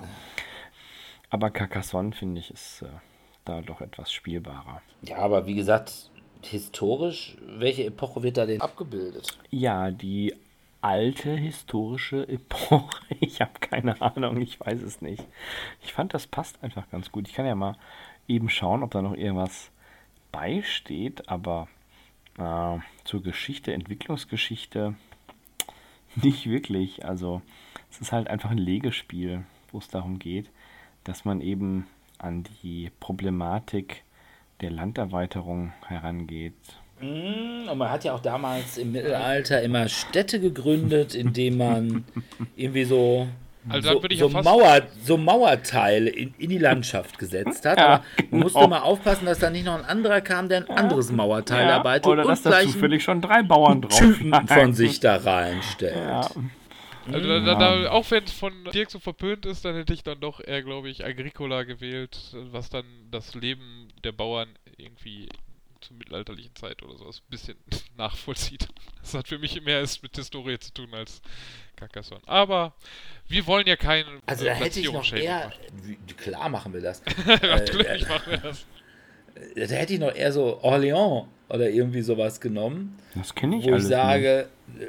Aber Carcassonne, finde ich, ist da doch etwas spielbarer. Ja, aber wie gesagt, historisch, welche Epoche wird da denn abgebildet? Ja, die alte historische Epoche. Ich habe keine Ahnung, ich weiß es nicht. Ich fand, das passt einfach ganz gut. Ich kann ja mal eben schauen, ob da noch irgendwas beisteht, aber zur Geschichte, Entwicklungsgeschichte nicht wirklich. Also es ist halt einfach ein Legespiel, wo es darum geht, dass man eben an die Problematik der Landerweiterung herangeht. Und man hat ja auch damals im Mittelalter immer Städte gegründet, indem man irgendwie so, Also dann würde ich ja fast... so Mauerteile in die Landschaft gesetzt hat. Ja, Aber man musste mal aufpassen, dass da nicht noch ein anderer kam, der ein anderes Mauerteil arbeitet oder und dass da gleich zufällig schon 3 Bauern drauf Typen lagen. von sich da reinstellt. Ja. Also auch wenn es von Dirk so verpönt ist, dann hätte ich dann doch eher, glaube ich, Agricola gewählt, was dann das Leben der Bauern irgendwie zur mittelalterlichen Zeit oder sowas ein bisschen nachvollzieht. Das hat für mich mehr mit Historie zu tun als Carcassonne. Aber wir wollen ja keinen Also da hätte ich noch Platzierungsshaming eher, machen. klar machen wir das, Natürlich machen wir das. da hätte ich noch eher so Orléans oder irgendwie sowas genommen, Das kenne ich wo ich alles sage,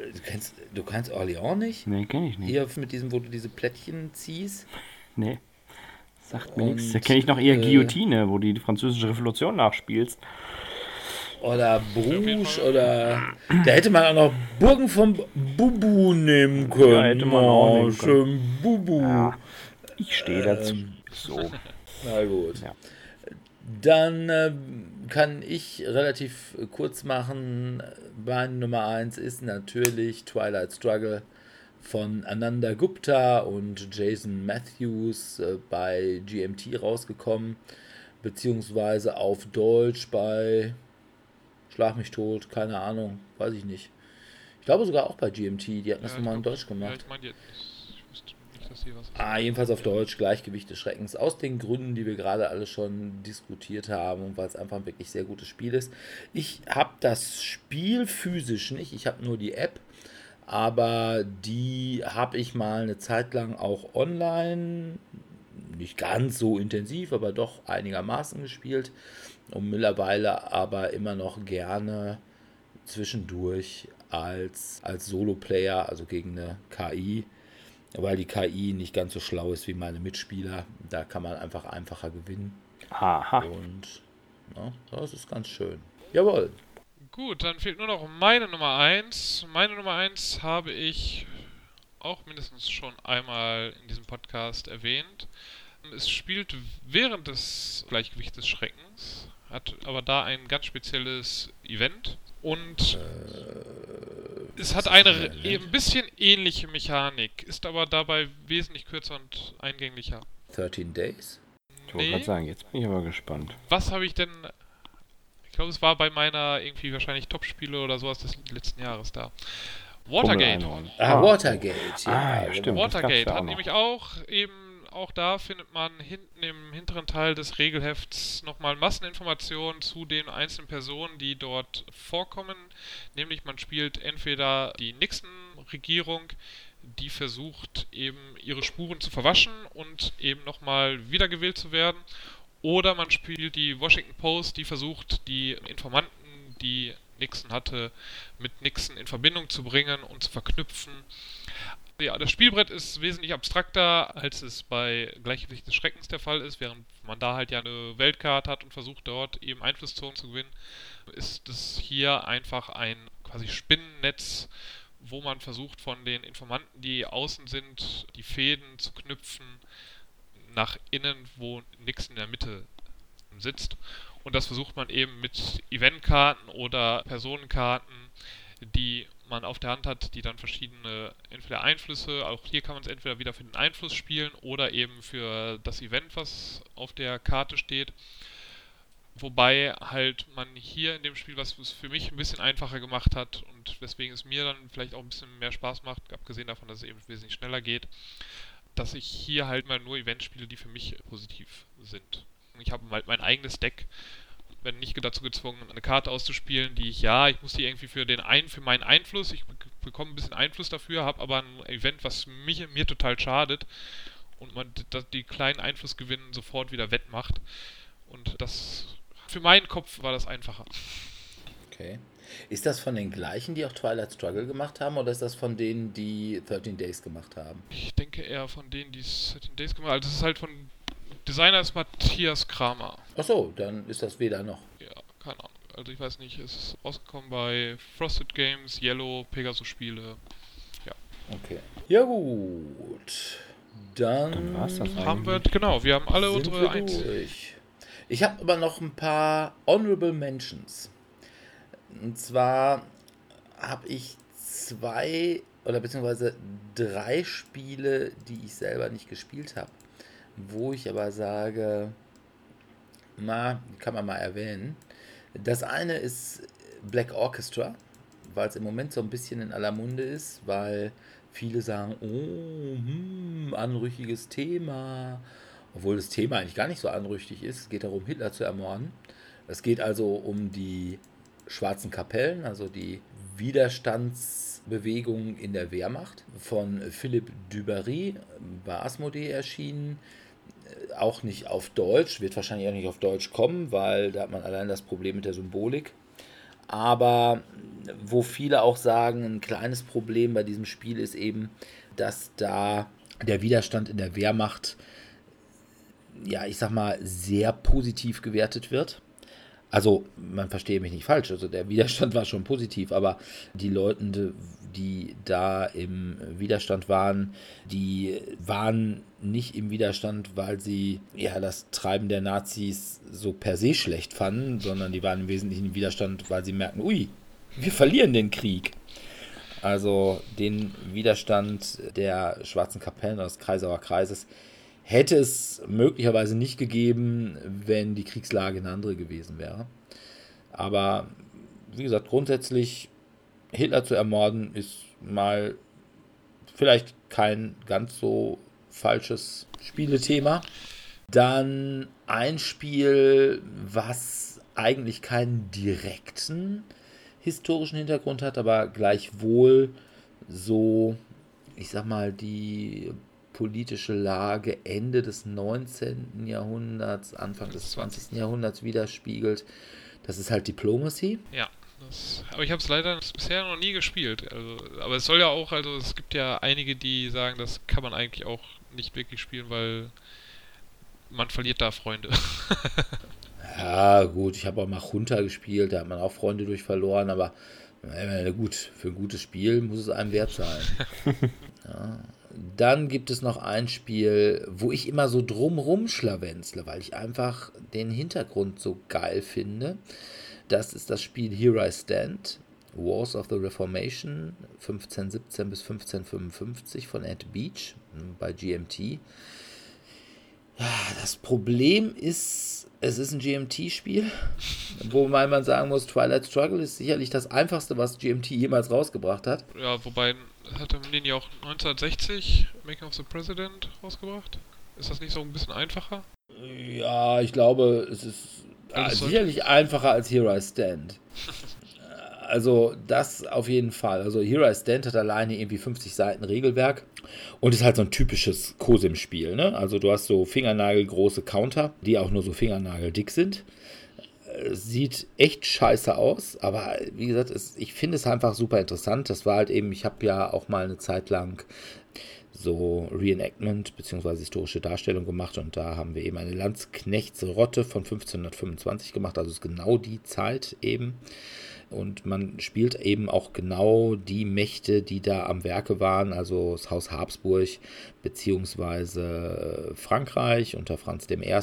du kannst Orléans nicht? nicht. Nee, kenne ich nicht. Hier mit diesem, wo du diese Plättchen ziehst. Nee. Sagt mir Und, nichts. Da kenne ich noch eher Guillotine, wo du die französische Revolution nachspielst. Oder Bruges oder. Da hätte man auch noch Burgen vom Bubu nehmen können. Ja, hätte man auch nehmen können. Schön Bubu. Ja, ich stehe dazu. So. Na gut. Ja. Dann kann ich relativ kurz machen. Meine Nummer 1 ist natürlich Twilight Struggle von Ananda Gupta und Jason Matthews bei GMT rausgekommen, beziehungsweise auf Deutsch bei Schlag mich tot, keine Ahnung, weiß ich nicht. Ich glaube sogar auch bei GMT, die hatten das Ja, nochmal in ich glaub, Deutsch gemacht. Ja, ich meine, ich wüsste nicht, dass hier was ist. Jedenfalls auf Deutsch, Gleichgewicht des Schreckens, aus den Gründen, die wir gerade alle schon diskutiert haben und weil es einfach ein wirklich sehr gutes Spiel ist. Ich habe das Spiel physisch nicht, ich habe nur die App, aber die habe ich mal eine Zeit lang auch online, nicht ganz so intensiv, aber doch einigermaßen gespielt und mittlerweile aber immer noch gerne zwischendurch als Solo-Player, also gegen eine KI, weil die KI nicht ganz so schlau ist wie meine Mitspieler. Da kann man einfach einfacher gewinnen. Aha. Und ja, das ist ganz schön. Jawohl. Gut, dann fehlt nur noch meine Nummer 1. Meine Nummer 1 habe ich auch mindestens schon einmal in diesem Podcast erwähnt. Es spielt während des Gleichgewichts des Schreckens, hat aber da ein ganz spezielles Event und es hat eine ein bisschen ähnliche Mechanik, ist aber dabei wesentlich kürzer und eingänglicher. 13 Days? Ich wollte gerade sagen, jetzt bin ich aber gespannt. Was habe ich denn... Ich glaube, es war bei meiner irgendwie wahrscheinlich Top-Spiele oder sowas des letzten Jahres da. Watergate. Watergate, ja, stimmt. Watergate ja hat nämlich auch da findet man hinten im hinteren Teil des Regelhefts nochmal Masseninformationen zu den einzelnen Personen, die dort vorkommen. Nämlich man spielt entweder die Nixon-Regierung, die versucht eben ihre Spuren zu verwaschen und eben nochmal wiedergewählt zu werden. Oder man spielt die Washington Post, die versucht, die Informanten, die Nixon hatte, mit Nixon in Verbindung zu bringen und zu verknüpfen. Ja, das Spielbrett ist wesentlich abstrakter, als es bei Gleichgewicht des Schreckens der Fall ist, während man da halt ja eine Weltkarte hat und versucht dort eben Einflusszonen zu gewinnen, ist es hier einfach ein quasi Spinnennetz, wo man versucht von den Informanten, die außen sind, die Fäden zu knüpfen nach innen, wo Nixon in der Mitte sitzt. Und das versucht man eben mit Eventkarten oder Personenkarten, die man auf der Hand hat, die dann verschiedene entweder Einflüsse, auch hier kann man es entweder wieder für den Einfluss spielen oder eben für das Event, was auf der Karte steht. Wobei halt man hier in dem Spiel, was es für mich ein bisschen einfacher gemacht hat und weswegen es mir dann vielleicht auch ein bisschen mehr Spaß macht, abgesehen davon, dass es eben wesentlich schneller geht, dass ich hier halt mal nur Events spiele, die für mich positiv sind. Ich habe halt mein eigenes Deck, bin nicht dazu gezwungen, eine Karte auszuspielen, die ich muss die irgendwie für meinen Einfluss, ich bekomme ein bisschen Einfluss dafür, habe aber ein Event, was mir total schadet und man die kleinen Einflussgewinnen sofort wieder wettmacht. Und das, für meinen Kopf war das einfacher. Okay. Ist das von den gleichen, die auch Twilight Struggle gemacht haben, oder ist das von denen, die 13 Days gemacht haben? Ich denke eher von denen, die 13 Days gemacht haben. Also das ist halt von Designer ist Matthias Kramer. Achso, dann ist das weder noch. Ja, keine Ahnung. Also ich weiß nicht, es ist rausgekommen bei Frosted Games, Yellow, Pegasus Spiele. Ja. Okay. Ja gut. Dann war's das haben wir, genau, wir haben alle unsere durch. Ich habe aber noch ein paar Honorable Mentions. Und zwar habe ich 2 oder beziehungsweise 3 Spiele, die ich selber nicht gespielt habe, wo ich aber sage, kann man mal erwähnen. Das eine ist Black Orchestra, weil es im Moment so ein bisschen in aller Munde ist, weil viele sagen, anrüchiges Thema, obwohl das Thema eigentlich gar nicht so anrüchig ist. Es geht darum, Hitler zu ermorden. Es geht also um die Schwarzen Kapellen, also die Widerstandsbewegung in der Wehrmacht, von Philippe Dubarry, bei Asmodee erschienen. Auch nicht auf Deutsch, wird wahrscheinlich auch nicht auf Deutsch kommen, weil da hat man allein das Problem mit der Symbolik. Aber wo viele auch sagen, ein kleines Problem bei diesem Spiel ist eben, dass da der Widerstand in der Wehrmacht, ich sag mal, sehr positiv gewertet wird. Also, man verstehe mich nicht falsch, also der Widerstand war schon positiv, aber die Leute, die da im Widerstand waren, die waren nicht im Widerstand, weil sie das Treiben der Nazis so per se schlecht fanden, sondern die waren im Wesentlichen im Widerstand, weil sie merken, wir verlieren den Krieg. Also den Widerstand der Schwarzen Kapellen des Kreisauer Kreises hätte es möglicherweise nicht gegeben, wenn die Kriegslage eine andere gewesen wäre. Aber wie gesagt, grundsätzlich Hitler zu ermorden ist mal vielleicht kein ganz so falsches Spielethema. Dann ein Spiel, was eigentlich keinen direkten historischen Hintergrund hat, aber gleichwohl so, ich sag mal, die politische Lage Ende des 19. Jahrhunderts, Anfang des 20. Jahrhunderts widerspiegelt. Das ist halt Diplomacy. Ja, aber ich habe es leider bisher noch nie gespielt. Also, aber es soll ja auch, also es gibt ja einige, die sagen, das kann man eigentlich auch nicht wirklich spielen, weil man verliert da Freunde. Ja, gut, ich habe auch mal Junta gespielt, da hat man auch Freunde durch verloren, aber gut, für ein gutes Spiel muss es einem wert sein. Ja, Dann gibt es noch ein Spiel, wo ich immer so drumrum schlawenzle, weil ich einfach den Hintergrund so geil finde. Das ist das Spiel Here I Stand, Wars of the Reformation, 1517 bis 1555 von Ed Beach bei GMT. Ja, das Problem ist, es ist ein GMT-Spiel, wobei man sagen muss, Twilight Struggle ist sicherlich das einfachste, was GMT jemals rausgebracht hat. Ja, wobei, hat er den ja auch 1960 Making of the President rausgebracht? Ist das nicht so ein bisschen einfacher? Ja, ich glaube, es ist sicherlich einfacher als Here I Stand. Also das auf jeden Fall. Also Here I Stand hat alleine irgendwie 50 Seiten Regelwerk und ist halt so ein typisches COSIM-Spiel. Ne? Also du hast so fingernagelgroße Counter, die auch nur so fingernageldick sind. Sieht echt scheiße aus, aber wie gesagt, ich finde es einfach super interessant. Das war halt eben, ich habe ja auch mal eine Zeit lang so Reenactment bzw. historische Darstellung gemacht und da haben wir eben eine Landsknechtsrotte von 1525 gemacht, also ist genau die Zeit eben. Und man spielt eben auch genau die Mächte, die da am Werke waren, also das Haus Habsburg beziehungsweise Frankreich unter Franz I.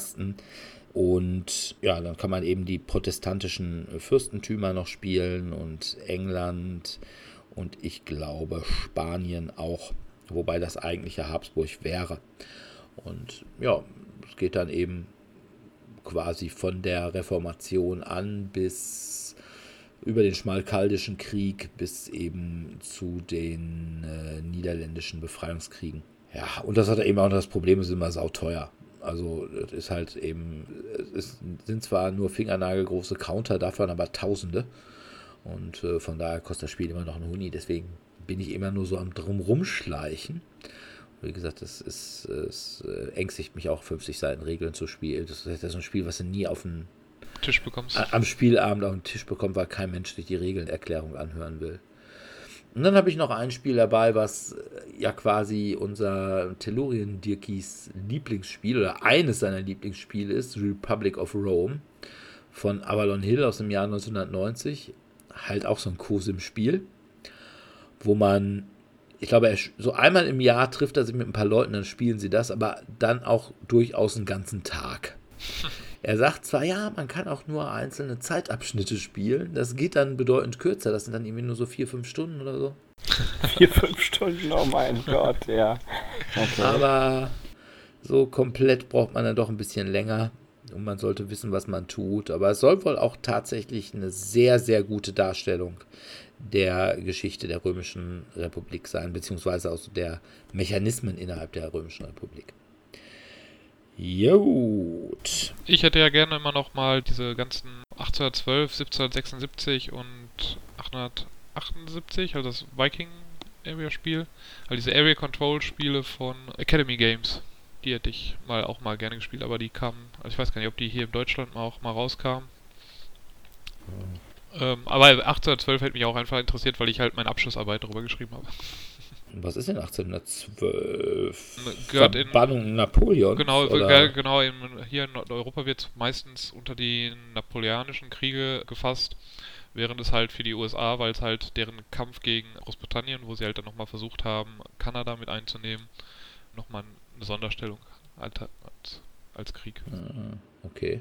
Und ja, dann kann man eben die protestantischen Fürstentümer noch spielen und England und ich glaube Spanien auch, wobei das eigentliche Habsburg wäre. Und ja, es geht dann eben quasi von der Reformation an bis über den Schmalkaldischen Krieg bis eben zu den niederländischen Befreiungskriegen. Ja, und das hat eben auch noch das Problem, es ist immer sauteuer. Also es ist halt eben, es sind zwar nur fingernagelgroße Counter, davon aber Tausende. Und von daher kostet das Spiel immer noch einen Huni, deswegen bin ich immer nur so am Drumrumschleichen. Wie gesagt, es ängstigt mich auch, 50 Seiten Regeln zu spielen. Das ist so ein Spiel, was du nie auf den Tisch bekommst. Am Spielabend auf den Tisch bekommt, weil kein Mensch sich die Regelerklärung anhören will. Und dann habe ich noch ein Spiel dabei, was ja quasi unser Tellurien-Dirkis Lieblingsspiel oder eines seiner Lieblingsspiele ist, Republic of Rome von Avalon Hill aus dem Jahr 1990. Halt auch so ein COSIM-Spiel, wo man, ich glaube, so einmal im Jahr trifft er sich mit ein paar Leuten, dann spielen sie das, aber dann auch durchaus einen ganzen Tag. Er sagt zwar, ja, man kann auch nur einzelne Zeitabschnitte spielen, das geht dann bedeutend kürzer, das sind dann irgendwie nur so 4-5 Stunden oder so. 4-5 Stunden, oh mein Gott, ja. Okay. Aber so komplett braucht man dann doch ein bisschen länger und man sollte wissen, was man tut. Aber es soll wohl auch tatsächlich eine sehr, sehr gute Darstellung der Geschichte der Römischen Republik sein, beziehungsweise auch der Mechanismen innerhalb der Römischen Republik. Gut. Ich hätte ja gerne immer noch mal diese ganzen 1812, 1776 und 878, also das Viking-Area-Spiel, also diese Area-Control-Spiele von Academy Games. Die hätte ich auch mal gerne gespielt, aber die kamen, also ich weiß gar nicht, ob die hier in Deutschland auch mal rauskamen. Aber 1812 hätte mich auch einfach interessiert, weil ich halt meine Abschlussarbeit darüber geschrieben habe. Was ist denn 1812? Gehört Verbannung Napoleons? Genau, oder? genau hier in Europa wird es meistens unter die napoleonischen Kriege gefasst, während es halt für die USA, weil es halt deren Kampf gegen Großbritannien, wo sie halt dann nochmal versucht haben, Kanada mit einzunehmen, nochmal eine Sonderstellung als Krieg. Okay.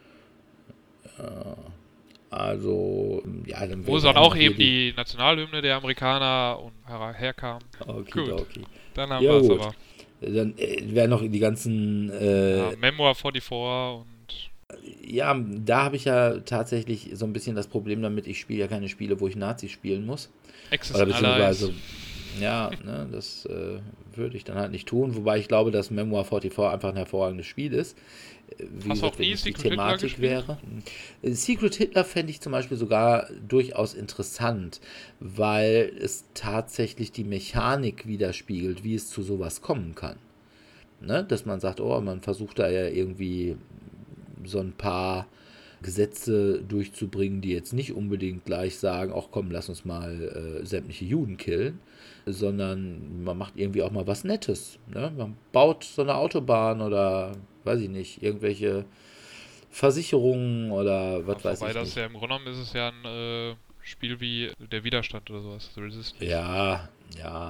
Also, ja, dann wo dann auch eben die Nationalhymne der Amerikaner und herkam. Okay. Dann haben wir es aber. Dann werden noch die ganzen Memoir 44 und ja, da habe ich ja tatsächlich so ein bisschen das Problem damit, ich spiele ja keine Spiele, wo ich Nazis spielen muss. Oder beziehungsweise, ja, ne, das würde ich dann halt nicht tun, wobei ich glaube, dass Memoir 44 einfach ein hervorragendes Spiel ist. Wie hast gesagt, auch nie wenn es die Secret Thematik Hitler wäre. Secret Hitler fände ich zum Beispiel sogar durchaus interessant, weil es tatsächlich die Mechanik widerspiegelt, wie es zu sowas kommen kann. Ne? Dass man sagt, oh, man versucht da ja irgendwie so ein paar Gesetze durchzubringen, die jetzt nicht unbedingt gleich sagen, ach komm, lass uns mal sämtliche Juden killen, sondern man macht irgendwie auch mal was Nettes. Ne? Man baut so eine Autobahn oder, weiß ich nicht, irgendwelche Versicherungen oder was weiß ich nicht. Wobei das ja im Grunde genommen ist es ja ein Spiel wie der Widerstand oder sowas, The Resistance. Ja,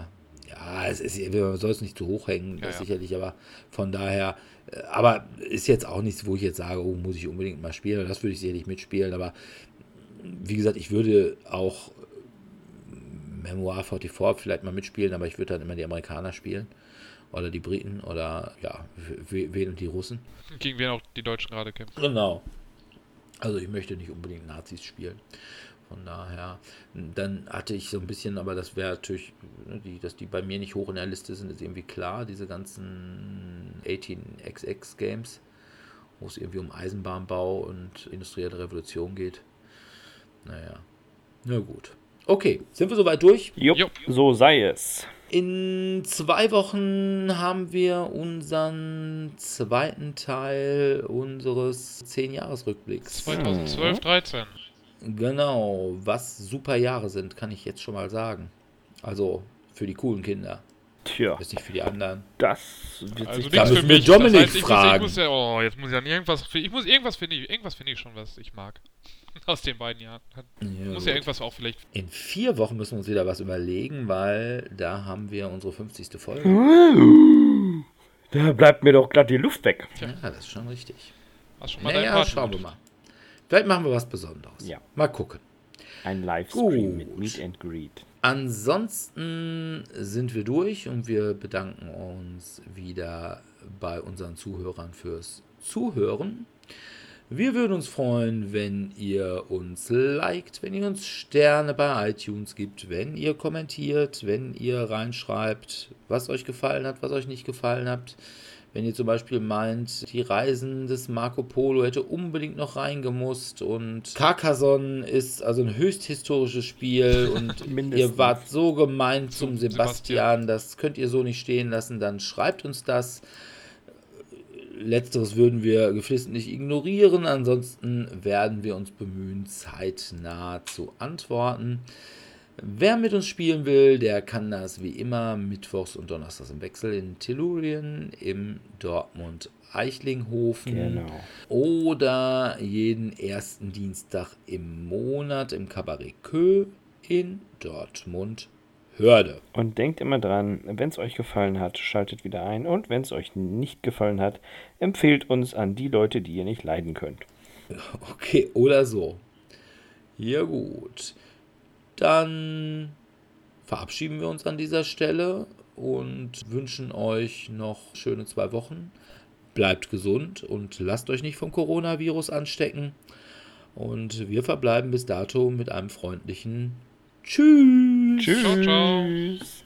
Ja, man soll es nicht zu hoch hängen, das Ja. sicherlich, aber von daher, aber ist jetzt auch nichts, wo ich jetzt sage, oh, muss ich unbedingt mal spielen, das würde ich sicherlich mitspielen, aber wie gesagt, ich würde auch Memoir 44 vielleicht mal mitspielen, aber ich würde dann immer die Amerikaner spielen oder die Briten oder ja, wen und die Russen. Gegen wen auch die Deutschen gerade kämpfen. Genau. Also ich möchte nicht unbedingt Nazis spielen. Von daher, dann hatte ich so ein bisschen, aber das wäre natürlich, dass die bei mir nicht hoch in der Liste sind, ist irgendwie klar, diese ganzen 18xx Games, wo es irgendwie um Eisenbahnbau und industrielle Revolution geht. Naja, na gut. Okay, sind wir soweit durch? Jupp, Jupp. so sei es. In 2 Wochen haben wir unseren zweiten Teil unseres 10-Jahres-Rückblicks. 2012, 13. Genau, was super Jahre sind, kann ich jetzt schon mal sagen. Also für die coolen Kinder, Tja, ist nicht für die anderen. das wird Also sich Da nichts müssen für wir mich. Dominik das heißt, ich fragen. muss ja, oh, jetzt muss ich an irgendwas finde ich schon, was ich mag. Aus den beiden Jahren. Muss ja gut. irgendwas auch vielleicht. In 4 Wochen müssen wir uns wieder was überlegen, weil da haben wir unsere 50. Folge. Da bleibt mir doch glatt die Luft weg. Ja, das ist schon richtig. Hast schon mal deinen Naja, Part schauen wir gemacht. mal. Vielleicht machen wir was Besonderes. Ja. Mal gucken. Ein Livestream Gut. mit Meet and Greet. Ansonsten sind wir durch und wir bedanken uns wieder bei unseren Zuhörern fürs Zuhören. Wir würden uns freuen, wenn ihr uns liked, wenn ihr uns Sterne bei iTunes gibt, wenn ihr kommentiert, wenn ihr reinschreibt, was euch gefallen hat, was euch nicht gefallen hat. Wenn ihr zum Beispiel meint, die Reisen des Marco Polo hätte unbedingt noch reingemusst und Carcassonne ist also ein höchst historisches Spiel und Mindestens. ihr wart so gemein zum Zum Sebastian, das könnt ihr so nicht stehen lassen, dann schreibt uns das. Letzteres würden wir geflissentlich ignorieren, ansonsten werden wir uns bemühen, zeitnah zu antworten. Wer mit uns spielen will, der kann das wie immer mittwochs und donnerstags im Wechsel in Tellurien, im Dortmund Eichlinghofen Genau. oder jeden ersten Dienstag im Monat im Cabaret Kö in Dortmund Hörde. Und denkt immer dran, wenn es euch gefallen hat, schaltet wieder ein. Und wenn es euch nicht gefallen hat, empfehlt uns an die Leute, die ihr nicht leiden könnt. Okay, oder so. Ja gut. Dann verabschieden wir uns an dieser Stelle und wünschen euch noch schöne 2 Wochen. Bleibt gesund und lasst euch nicht vom Coronavirus anstecken. Und wir verbleiben bis dato mit einem freundlichen Tschüss. Ciao, ciao. Tschüss.